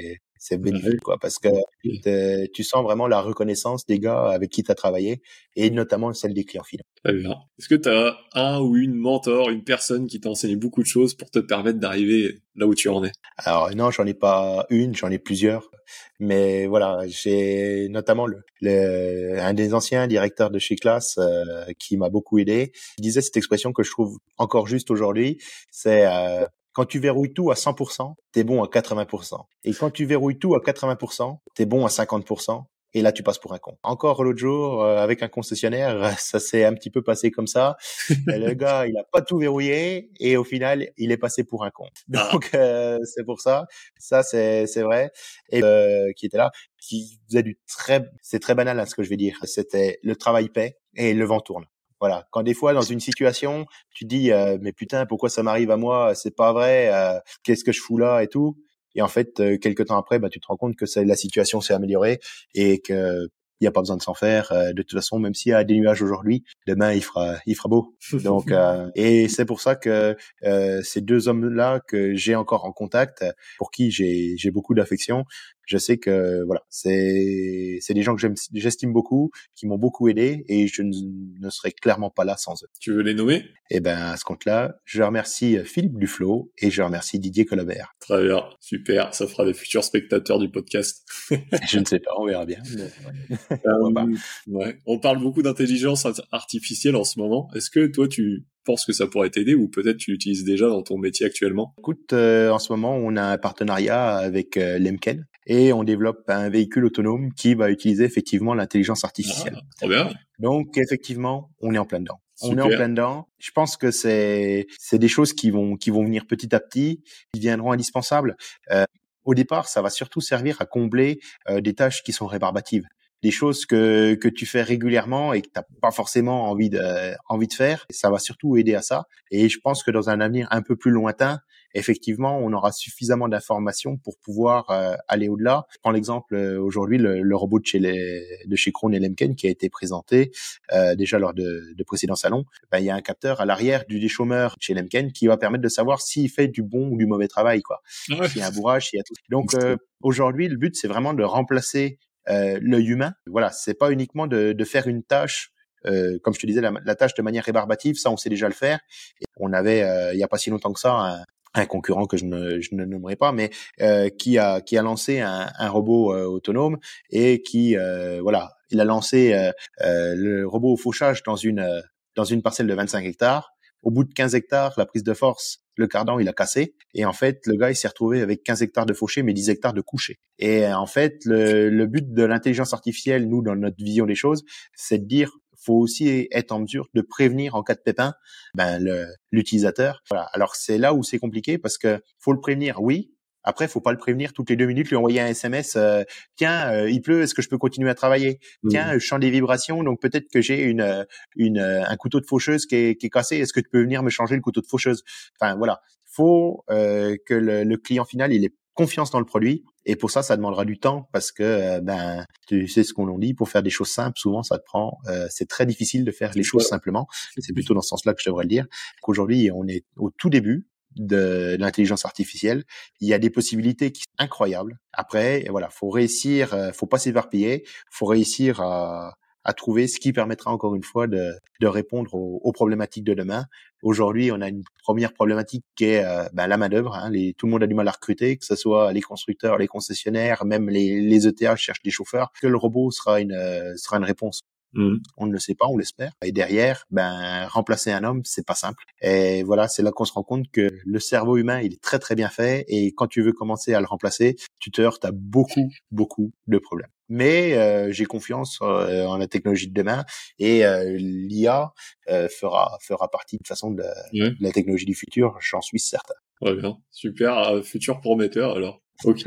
c'est bénéfique, quoi, parce que t'es- tu sens vraiment la reconnaissance des gars avec qui tu as travaillé, et notamment celle des clients finaux. Très bien. Est-ce que tu as un ou une mentor, une personne qui t'a enseigné beaucoup de choses pour te permettre d'arriver là où tu en es? Alors non, j'en ai pas une, j'en ai plusieurs. Mais voilà, j'ai notamment le, le- un des anciens directeurs de chez Classe euh, qui m'a beaucoup aidé. Il disait cette expression que je trouve encore juste aujourd'hui, c'est euh, quand tu verrouilles tout à cent pour cent, t'es bon à quatre-vingts pour cent. Et quand tu verrouilles tout à quatre-vingts pour cent, t'es bon à cinquante pour cent. Et là, tu passes pour un con. Encore l'autre jour, euh, avec un concessionnaire, ça s'est un petit peu passé comme ça. Et le gars, il a pas tout verrouillé et au final, il est passé pour un con. Donc, euh, c'est pour ça. Ça, c'est c'est vrai. Et euh, qui était là, qui faisait du très, c'est très banal hein, ce que je vais dire. C'était le travail paie et le vent tourne. Voilà. Quand des fois dans une situation, tu te dis euh, mais putain pourquoi ça m'arrive à moi, c'est pas vrai, euh, qu'est-ce que je fous là et tout. Et en fait, euh, quelques temps après, bah, tu te rends compte que c'est, la situation s'est améliorée et que il y a pas besoin de s'en faire. Euh, de toute façon, même s'il y a des nuages aujourd'hui, demain il fera, il fera beau. Donc, euh, et c'est pour ça que euh, ces deux hommes-là que j'ai encore en contact, pour qui j'ai, j'ai beaucoup d'affection, je sais que voilà, c'est, c'est des gens que j'aime, j'estime beaucoup, qui m'ont beaucoup aidé, et je ne, ne serais clairement pas là sans eux. Tu veux les nommer? Et ben à ce compte-là, je remercie Philippe Duflo et je remercie Didier Colobert. Très bien, super, ça fera des futurs spectateurs du podcast. Je ne sais pas, on verra bien. Mais ouais. Euh, ouais. On parle beaucoup d'intelligence artificielle en ce moment. Est-ce que toi, tu penses que ça pourrait t'aider ou peut-être tu l'utilises déjà dans ton métier actuellement? Écoute, euh, en ce moment, on a un partenariat avec euh, Lemken et on développe un véhicule autonome qui va utiliser effectivement l'intelligence artificielle. Ah, trop bien. Donc, effectivement, on est en plein dedans. Super. On est en plein dedans. Je pense que c'est c'est des choses qui vont qui vont venir petit à petit, qui viendront indispensables. Euh, au départ, ça va surtout servir à combler euh, des tâches qui sont rébarbatives, des choses que que tu fais régulièrement et que t'as pas forcément envie de euh, envie de faire. Ça va surtout aider à ça. Et je pense que dans un avenir un peu plus lointain, effectivement, on aura suffisamment d'informations pour pouvoir euh, aller au-delà. Je prends l'exemple euh, aujourd'hui le, le robot de chez les, de chez Krohn et Lemken qui a été présenté euh, déjà lors de, de précédents salons. Ben, il y a un capteur à l'arrière du déchômeur chez Lemken qui va permettre de savoir s'il fait du bon ou du mauvais travail, quoi. Ouais. S'il y a un bourrage, s'il y a tout. Donc euh, aujourd'hui, le but c'est vraiment de remplacer euh, l'œil humain. Voilà, c'est pas uniquement de, de faire une tâche. Euh, comme je te disais, la, la tâche de manière rébarbative, ça on sait déjà le faire. Et on avait, euh, il y a pas si longtemps que ça, un, un concurrent que je ne, je ne nommerai pas, mais euh, qui a qui a lancé un, un robot euh, autonome et qui euh, voilà, il a lancé euh, euh, le robot au fauchage dans une euh, dans une parcelle de vingt-cinq hectares. Au bout de quinze hectares, la prise de force, le cardan, il a cassé. Et en fait, le gars, il s'est retrouvé avec quinze hectares de fauché, mais dix hectares de couché. Et en fait, le, le but de l'intelligence artificielle, nous, dans notre vision des choses, c'est de dire faut aussi être en mesure de prévenir en cas de pépin ben le, l'utilisateur. Voilà. Alors c'est là où c'est compliqué parce que faut le prévenir, oui. Après, faut pas le prévenir toutes les deux minutes, lui envoyer un S M S. Euh, Tiens, euh, il pleut, est-ce que je peux continuer à travailler? Mmh. Tiens, je sens des vibrations, donc peut-être que j'ai une, une, un couteau de faucheuse qui est, qui est cassé. Est-ce que tu peux venir me changer le couteau de faucheuse? Enfin voilà, faut euh, que le, le client final il ait confiance dans le produit. Et pour ça, ça demandera du temps parce que euh, ben tu sais ce qu'on en dit, pour faire des choses simples, souvent ça te prend. Euh, c'est très difficile de faire les choses simplement. C'est plutôt dans ce sens-là que je devrais le dire. Qu'aujourd'hui, on est au tout début de l'intelligence artificielle, il y a des possibilités qui sont incroyables. Après, et voilà, faut réussir, euh, faut pas s'éparpiller, faut réussir à, à trouver ce qui permettra encore une fois de, de répondre aux, aux problématiques de demain. Aujourd'hui, on a une première problématique qui est euh, ben, la main-d'œuvre. Hein, les, tout le monde a du mal à recruter, que ce soit les constructeurs, les concessionnaires, même les, les E T H cherchent des chauffeurs. Que le robot sera une euh, sera une réponse. Mmh. On ne le sait pas, on l'espère. Et derrière, ben remplacer un homme, c'est pas simple. Et voilà, c'est là qu'on se rend compte que le cerveau humain, il est très très bien fait. Et quand tu veux commencer à le remplacer, tu te heurtes à beaucoup beaucoup de problèmes. Mais euh, j'ai confiance euh, en la technologie de demain et euh, l'I A euh, fera fera partie de toute façon de, ouais. de la technologie du futur. J'en suis certain. Ouais, bien, super, euh, futur prometteur alors. Ok.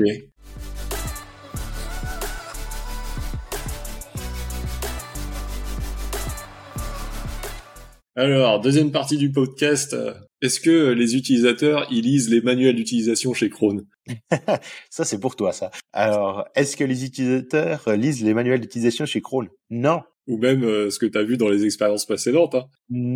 Alors, deuxième partie du podcast. Est-ce que les utilisateurs, ils lisent les manuels d'utilisation chez Krohn? Ça, c'est pour toi, ça. Alors, est-ce que les utilisateurs lisent les manuels d'utilisation chez Krohn? Non. Ou même euh, ce que tu as vu dans les expériences précédentes. Hein. Non.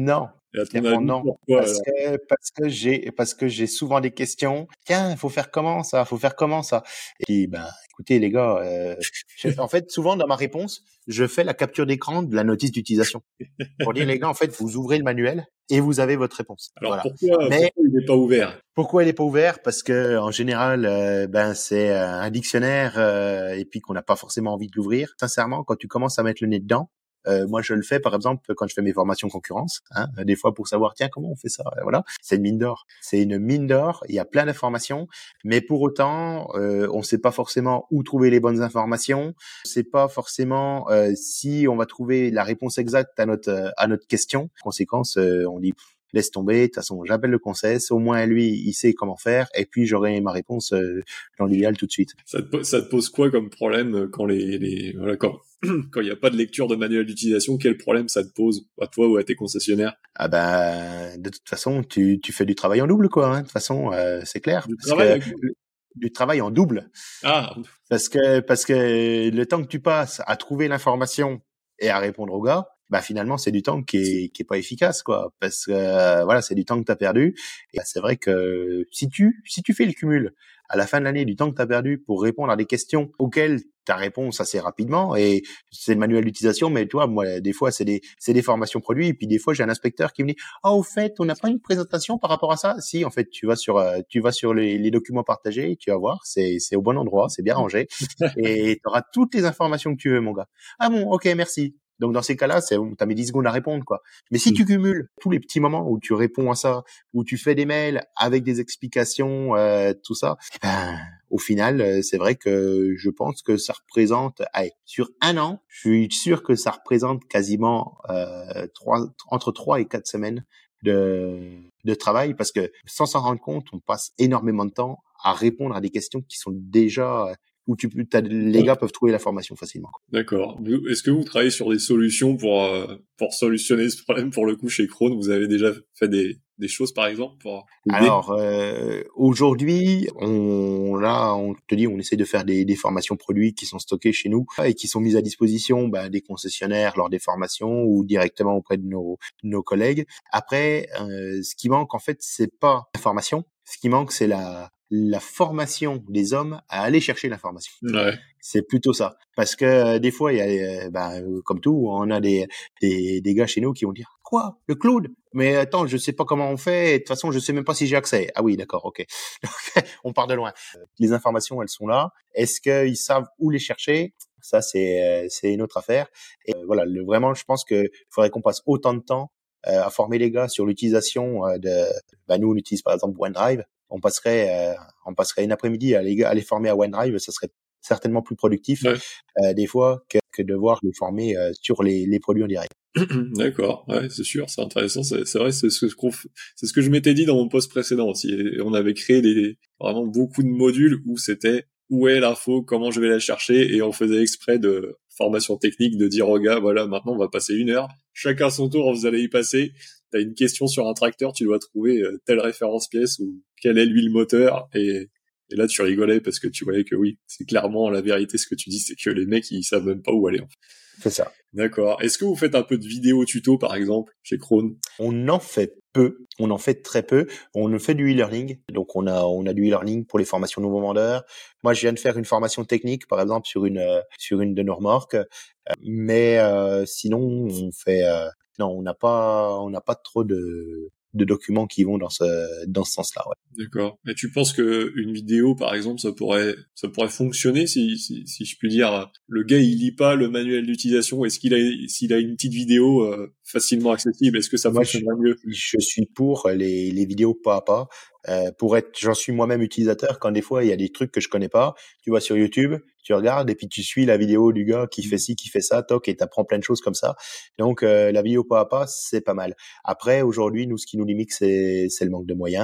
Et à ton avis, Dépendant, pourquoi parce alors? que parce que j'ai parce que j'ai souvent des questions. Tiens, faut faire comment ça? Faut faire comment ça? Et puis, ben, écoutez les gars, euh, je- en fait, souvent dans ma réponse, je fais la capture d'écran de la notice d'utilisation pour dire les gars, en fait, vous ouvrez le manuel et vous avez votre réponse. Alors Voilà. pourquoi Mais pourquoi il n'est pas ouvert? pourquoi elle est pas ouverte? Parce que en général, euh, ben c'est euh, un dictionnaire euh, et puis qu'on n'a pas forcément envie de l'ouvrir. Sincèrement, quand tu commences à mettre le nez dedans, euh, moi je le fais par exemple quand je fais mes formations concurrence, hein, des fois pour savoir tiens comment on fait ça. Euh, Voilà, c'est une mine d'or. C'est une mine d'or. Il y a plein d'informations, mais pour autant, euh, on ne sait pas forcément où trouver les bonnes informations. On ne sait pas forcément euh, si on va trouver la réponse exacte à notre euh, à notre question. Conséquence, euh, on dit laisse tomber, de toute façon, j'appelle le conseil, au moins lui, il sait comment faire, et puis j'aurai ma réponse euh, dans l'idéal tout de suite. Ça te, po- ça te pose quoi comme problème euh, quand les, les voilà quand quand il n'y a pas de lecture de manuel d'utilisation? Quel problème ça te pose à toi ou à tes concessionnaires? Ah ben, de toute façon, tu, tu fais du travail en double, quoi. Hein. De toute façon, euh, c'est clair, Du parce travail que avec vous? le- du travail en double, Ah, parce que parce que le temps que tu passes à trouver l'information et à répondre au gars, bah finalement c'est du temps qui est qui est pas efficace, quoi. Parce que euh, voilà, c'est du temps que t'as perdu. Et bah, c'est vrai que si tu si tu fais le cumul à la fin de l'année du temps que t'as perdu pour répondre à des questions auxquelles ta réponse assez rapidement, et c'est le manuel d'utilisation, mais toi, moi, des fois, c'est des, c'est des formations produits, et puis des fois, j'ai un inspecteur qui me dit, ah, au fait, on n'a pas une présentation par rapport à ça? Si, en fait, tu vas sur, euh, tu vas sur les, les documents partagés, tu vas voir, c'est, c'est au bon endroit, c'est bien rangé, et tu auras toutes les informations que tu veux, mon gars. Ah bon, ok, merci. Donc, dans ces cas-là, c'est, t'as mis dix secondes à répondre, quoi. Mais si tu cumules tous les petits moments où tu réponds à ça, où tu fais des mails avec des explications, euh, tout ça, ben, au final, euh, c'est vrai que je pense que ça représente, allez, sur un an, je suis sûr que ça représente quasiment euh, trois, entre trois et quatre semaines de, de travail, parce que sans s'en rendre compte, on passe énormément de temps à répondre à des questions qui sont déjà où tu peux, t'as- les gars peuvent trouver l'information facilement. d'accord. Vous- Est-ce que vous travaillez sur des solutions pour euh, pour solutionner ce problème pour le coup chez Krone? Vous avez déjà fait des des choses par exemple pour aider? Alors euh, aujourd'hui, on là, on te dit, on essaie de faire des, des formations produits qui sont stockées chez nous et qui sont mises à disposition ben, des concessionnaires lors des formations ou directement auprès de nos nos collègues. Après, euh, ce qui manque en fait, c'est pas l'information. Ce qui manque, c'est la la formation des hommes à aller chercher l'information. Ouais. C'est plutôt ça. Parce que euh, des fois, il y a, euh, ben, euh, comme tout, on a des, des, des gars chez nous qui vont dire « Quoi? Le cloud? Mais attends, je sais pas comment on fait. De toute façon, je sais même pas si j'ai accès. » Ah oui, d'accord, ok. Donc, on part de loin. Les informations, elles sont là. Est-ce qu'ils savent où les chercher? Ça, c'est euh, c'est une autre affaire. Et euh, voilà, le, vraiment, je pense qu'il faudrait qu'on passe autant de temps euh, à former les gars sur l'utilisation euh, de... Ben, nous, on utilise par exemple OneDrive. On passerait, euh, on passerait une après-midi à les, à les former à OneDrive. Ça serait certainement plus productif Ouais. euh, des fois que, que de devoir les former euh, sur les, les produits en direct. D'accord, ouais, c'est sûr, c'est intéressant, c'est, c'est vrai, c'est ce que qu'on f- c'est ce que je m'étais dit dans mon post précédent aussi. Et on avait créé des vraiment beaucoup de modules où c'était où est l'info, comment je vais la chercher, et on faisait exprès de formation technique de dire aux gars, voilà, maintenant on va passer une heure, chacun son tour, vous allez y passer. T'as une question sur un tracteur, tu dois trouver euh, telle référence pièce ou quel est lui le moteur, et et là tu rigolais parce que tu voyais que oui, c'est clairement la vérité ce que tu dis, c'est que les mecs ils savent même pas où aller. C'est ça. D'accord. Est-ce que vous faites un peu de vidéo tuto, par exemple, chez Krone? On en fait peu, on en fait très peu. On fait du e-learning, donc on a on a du e-learning pour les formations nouveaux vendeurs. Moi, je viens de faire une formation technique, par exemple, sur une euh, sur une de nos remorques, Euh, mais euh, sinon on fait euh, non, on n'a pas on n'a pas trop de de documents qui vont dans ce dans ce sens-là. Ouais. D'accord. Et tu penses que une vidéo, par exemple, ça pourrait, ça pourrait fonctionner si, si, si je puis dire, le gars il lit pas le manuel d'utilisation, est-ce qu'il a, s'il a une petite vidéo euh, facilement accessible, est-ce que ça Moi, je, fonctionnerait mieux? je suis pour les, les vidéos pas à pas. Euh, pour être, j'en suis moi-même utilisateur. Quand des fois il y a des trucs que je connais pas, tu vas sur YouTube, tu regardes et puis tu suis la vidéo du gars qui fait ci, qui fait ça, toc, et t'apprends plein de choses comme ça. Donc euh, la vidéo pas à pas, c'est pas mal. Après, aujourd'hui, nous, ce qui nous limite, c'est c'est le manque de moyens.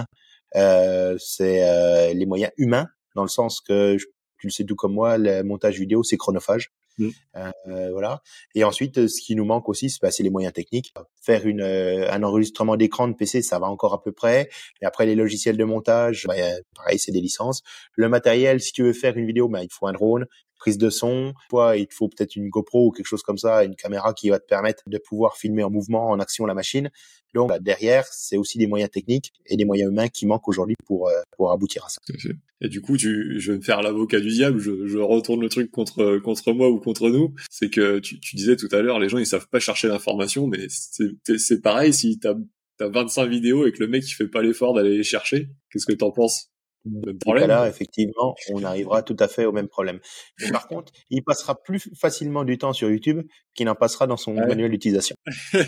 Euh, c'est euh, les moyens humains, dans le sens que je- tu le sais tout comme moi, le montage vidéo, c'est chronophage. Mm. Euh, voilà. Et ensuite, ce qui nous manque aussi, c'est, bah, c'est les moyens techniques. Faire une, euh, un enregistrement d'écran de P C, ça va encore à peu près. Et après, les logiciels de montage, bah, pareil, c'est des licences. Le matériel, si tu veux faire une vidéo, bah, il faut un drone, prise de son. Toi, il te faut peut-être une GoPro ou quelque chose comme ça, une caméra qui va te permettre de pouvoir filmer en mouvement, en action la machine. Donc bah, derrière, c'est aussi des moyens techniques et des moyens humains qui manquent aujourd'hui pour euh, pour aboutir à ça. Et du coup, tu, je vais me faire l'avocat du diable, je, je retourne le truc contre contre moi ou contre nous. C'est que tu, tu disais tout à l'heure, les gens ils savent pas chercher l'information, mais c'est, c'est pareil si t'as t'as vingt-cinq vidéos et que le mec il fait pas l'effort d'aller les chercher. Qu'est-ce que t'en penses? Même problème. Dans ce cas-là, effectivement, on arrivera tout à fait au même problème. Mais par contre, il passera plus facilement du temps sur YouTube qu'il n'en passera dans son ouais. manuel d'utilisation.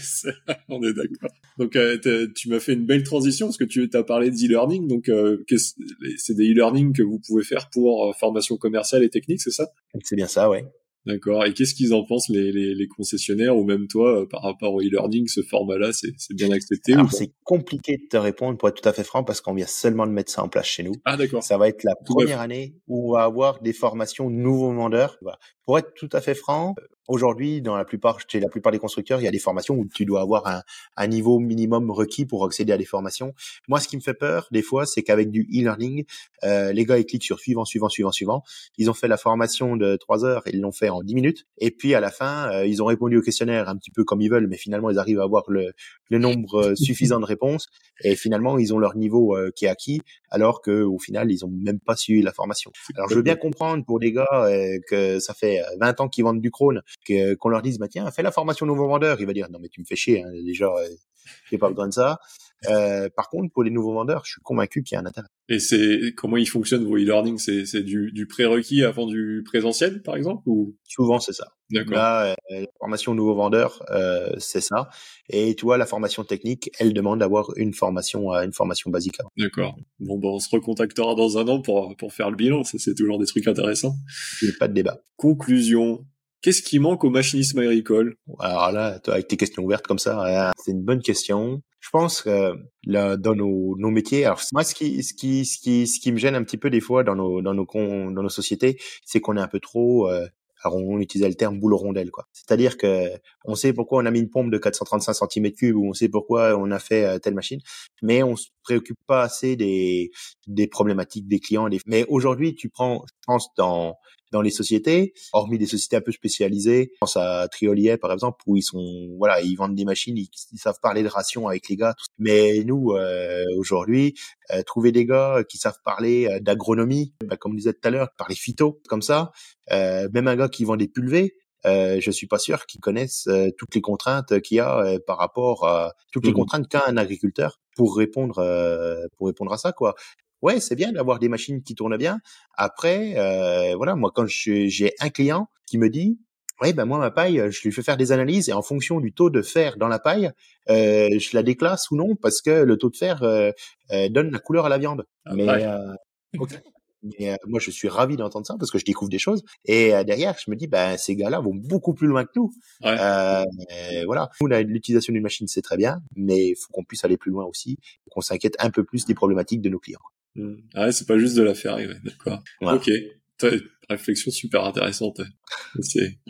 On est d'accord. Donc, euh, tu m'as fait une belle transition parce que tu as parlé d'e-learning. Donc, euh, c'est des e-learning que vous pouvez faire pour euh, formation commerciale et technique, c'est ça? C'est bien ça, ouais. D'accord. Et qu'est-ce qu'ils en pensent les, les, les concessionnaires ou même toi euh, par rapport au e-learning, ce format-là, c'est, c'est bien accepté? Alors ou pas? C'est compliqué de te répondre pour être tout à fait franc parce qu'on vient seulement de mettre ça en place chez nous. Ah d'accord. Ça va être la première année où on va avoir des formations nouveaux vendeurs. Voilà. Pour être tout à fait franc, aujourd'hui, dans la plupart, chez la plupart des constructeurs, il y a des formations où tu dois avoir un, un niveau minimum requis pour accéder à des formations. Moi, ce qui me fait peur, des fois, c'est qu'avec du e-learning, euh, les gars, ils cliquent sur suivant, suivant, suivant, suivant. Ils ont fait la formation de trois heures et ils l'ont fait en dix minutes. Et puis, à la fin, euh, ils ont répondu au questionnaire un petit peu comme ils veulent, mais finalement, ils arrivent à avoir le, le nombre suffisant de réponses. Et finalement, ils ont leur niveau euh, qui est acquis, alors que au final, ils ont même pas suivi la formation. Alors, je veux bien comprendre pour des gars euh, que ça fait vingt ans qu'ils vendent du Krone, que, qu'on leur dise, bah tiens, fais la formation nouveau vendeur. Il va dire, non mais tu me fais chier, hein, déjà, euh, j'ai pas besoin de ça. Euh, par contre, pour les nouveaux vendeurs, je suis convaincu qu'il y a un intérêt. Et c'est comment ils fonctionnent vos e-learning? C'est, c'est du, du prérequis avant du présentiel, par exemple, ou? Souvent, c'est ça. D'accord. Là, euh, la formation nouveau vendeur, euh, c'est ça. Et tu vois, la formation technique, elle demande d'avoir une formation, euh, une formation basique avant. D'accord. Bon, ben, on se recontactera dans un an pour pour faire le bilan. Ça, c'est toujours des trucs intéressants. Il n'y a pas de débat. Conclusion. Qu'est-ce qui manque au machinisme agricole? Alors là, toi, avec tes questions ouvertes comme ça, c'est une bonne question. Je pense que là, dans nos, nos métiers, alors moi, ce qui, ce qui, ce qui, ce qui me gêne un petit peu des fois dans nos, dans nos, dans nos sociétés, c'est qu'on est un peu trop. Euh, alors on utilisait le terme boule rondelle, quoi. C'est-à-dire que on sait pourquoi on a mis une pompe de quatre cent trente-cinq centimètres cubes ou on sait pourquoi on a fait euh, telle machine, mais on se préoccupe pas assez des des problématiques des clients. Des... Mais aujourd'hui, tu prends, je pense dans dans les sociétés, hormis des sociétés un peu spécialisées, je pense à Triolier par exemple, où ils sont, voilà, ils vendent des machines, ils, ils savent parler de ration avec les gars. Tout. Mais nous, euh, aujourd'hui, euh, trouver des gars qui savent parler euh, d'agronomie, bah, comme on disait tout à l'heure, parler phyto, comme ça, euh, même un gars qui vend des pulvées, euh, je suis pas sûr qu'ils connaissent euh, toutes les contraintes qu'il y a euh, par rapport à toutes les mmh. contraintes qu'a un agriculteur pour répondre euh, pour répondre à ça, quoi. Ouais, c'est bien d'avoir des machines qui tournent bien. Après, euh, voilà, moi, quand je, j'ai un client qui me dit, ouais, ben moi, ma paille, je lui fais faire des analyses et en fonction du taux de fer dans la paille, euh, je la déclasse ou non parce que le taux de fer euh, euh, donne la couleur à la viande. Ah, Mais ouais. euh, okay. Mais, euh, moi, je suis ravi d'entendre ça parce que je découvre des choses. Et euh, derrière, je me dis, ben ces gars-là vont beaucoup plus loin que nous. Ouais. Euh, et voilà. Nous, l'utilisation d'une machine, c'est très bien, mais il faut qu'on puisse aller plus loin aussi, qu'on s'inquiète un peu plus des problématiques de nos clients. Mmh. Ah ouais, c'est pas juste de la faire, ouais, d'accord. Voilà. Ok, réflexion super intéressante. C'est...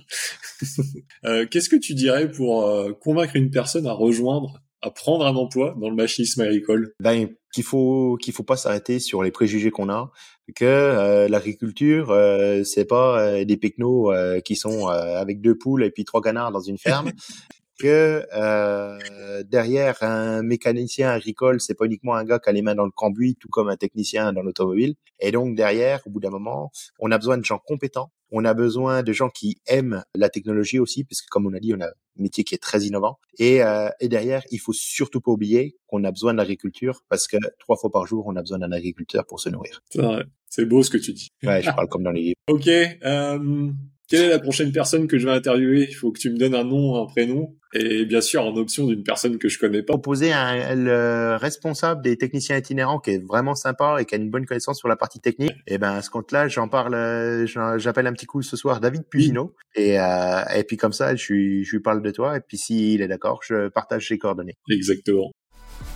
euh, qu'est-ce que tu dirais pour euh, convaincre une personne à rejoindre, à prendre un emploi dans le machinisme agricole? Ben qu'il faut qu'il faut pas s'arrêter sur les préjugés qu'on a, que euh, l'agriculture euh, c'est pas euh, des pecnos euh, qui sont euh, avec deux poules et puis trois canards dans une ferme. que euh, derrière un mécanicien agricole, c'est pas uniquement un gars qui a les mains dans le cambouis, tout comme un technicien dans l'automobile. Et donc derrière, au bout d'un moment, on a besoin de gens compétents. On a besoin de gens qui aiment la technologie aussi, parce que comme on a dit, on a un métier qui est très innovant. Et, euh, et derrière, il faut surtout pas oublier qu'on a besoin de l'agriculture, parce que trois fois par jour, on a besoin d'un agriculteur pour se nourrir. C'est vrai. C'est beau ce que tu dis. Ouais, je parle comme dans les livres. Ok. Euh... Quelle est la prochaine personne que je vais interviewer? Il faut que tu me donnes un nom, un prénom, et bien sûr en option d'une personne que je connais pas. Proposer un le responsable des techniciens itinérants qui est vraiment sympa et qui a une bonne connaissance sur la partie technique. Et ben à ce compte-là, j'en parle, j'appelle un petit coup ce soir David Pugino, oui. et euh, et puis comme ça, je lui je lui parle de toi et puis s'il est d'accord, je partage ses coordonnées. Exactement.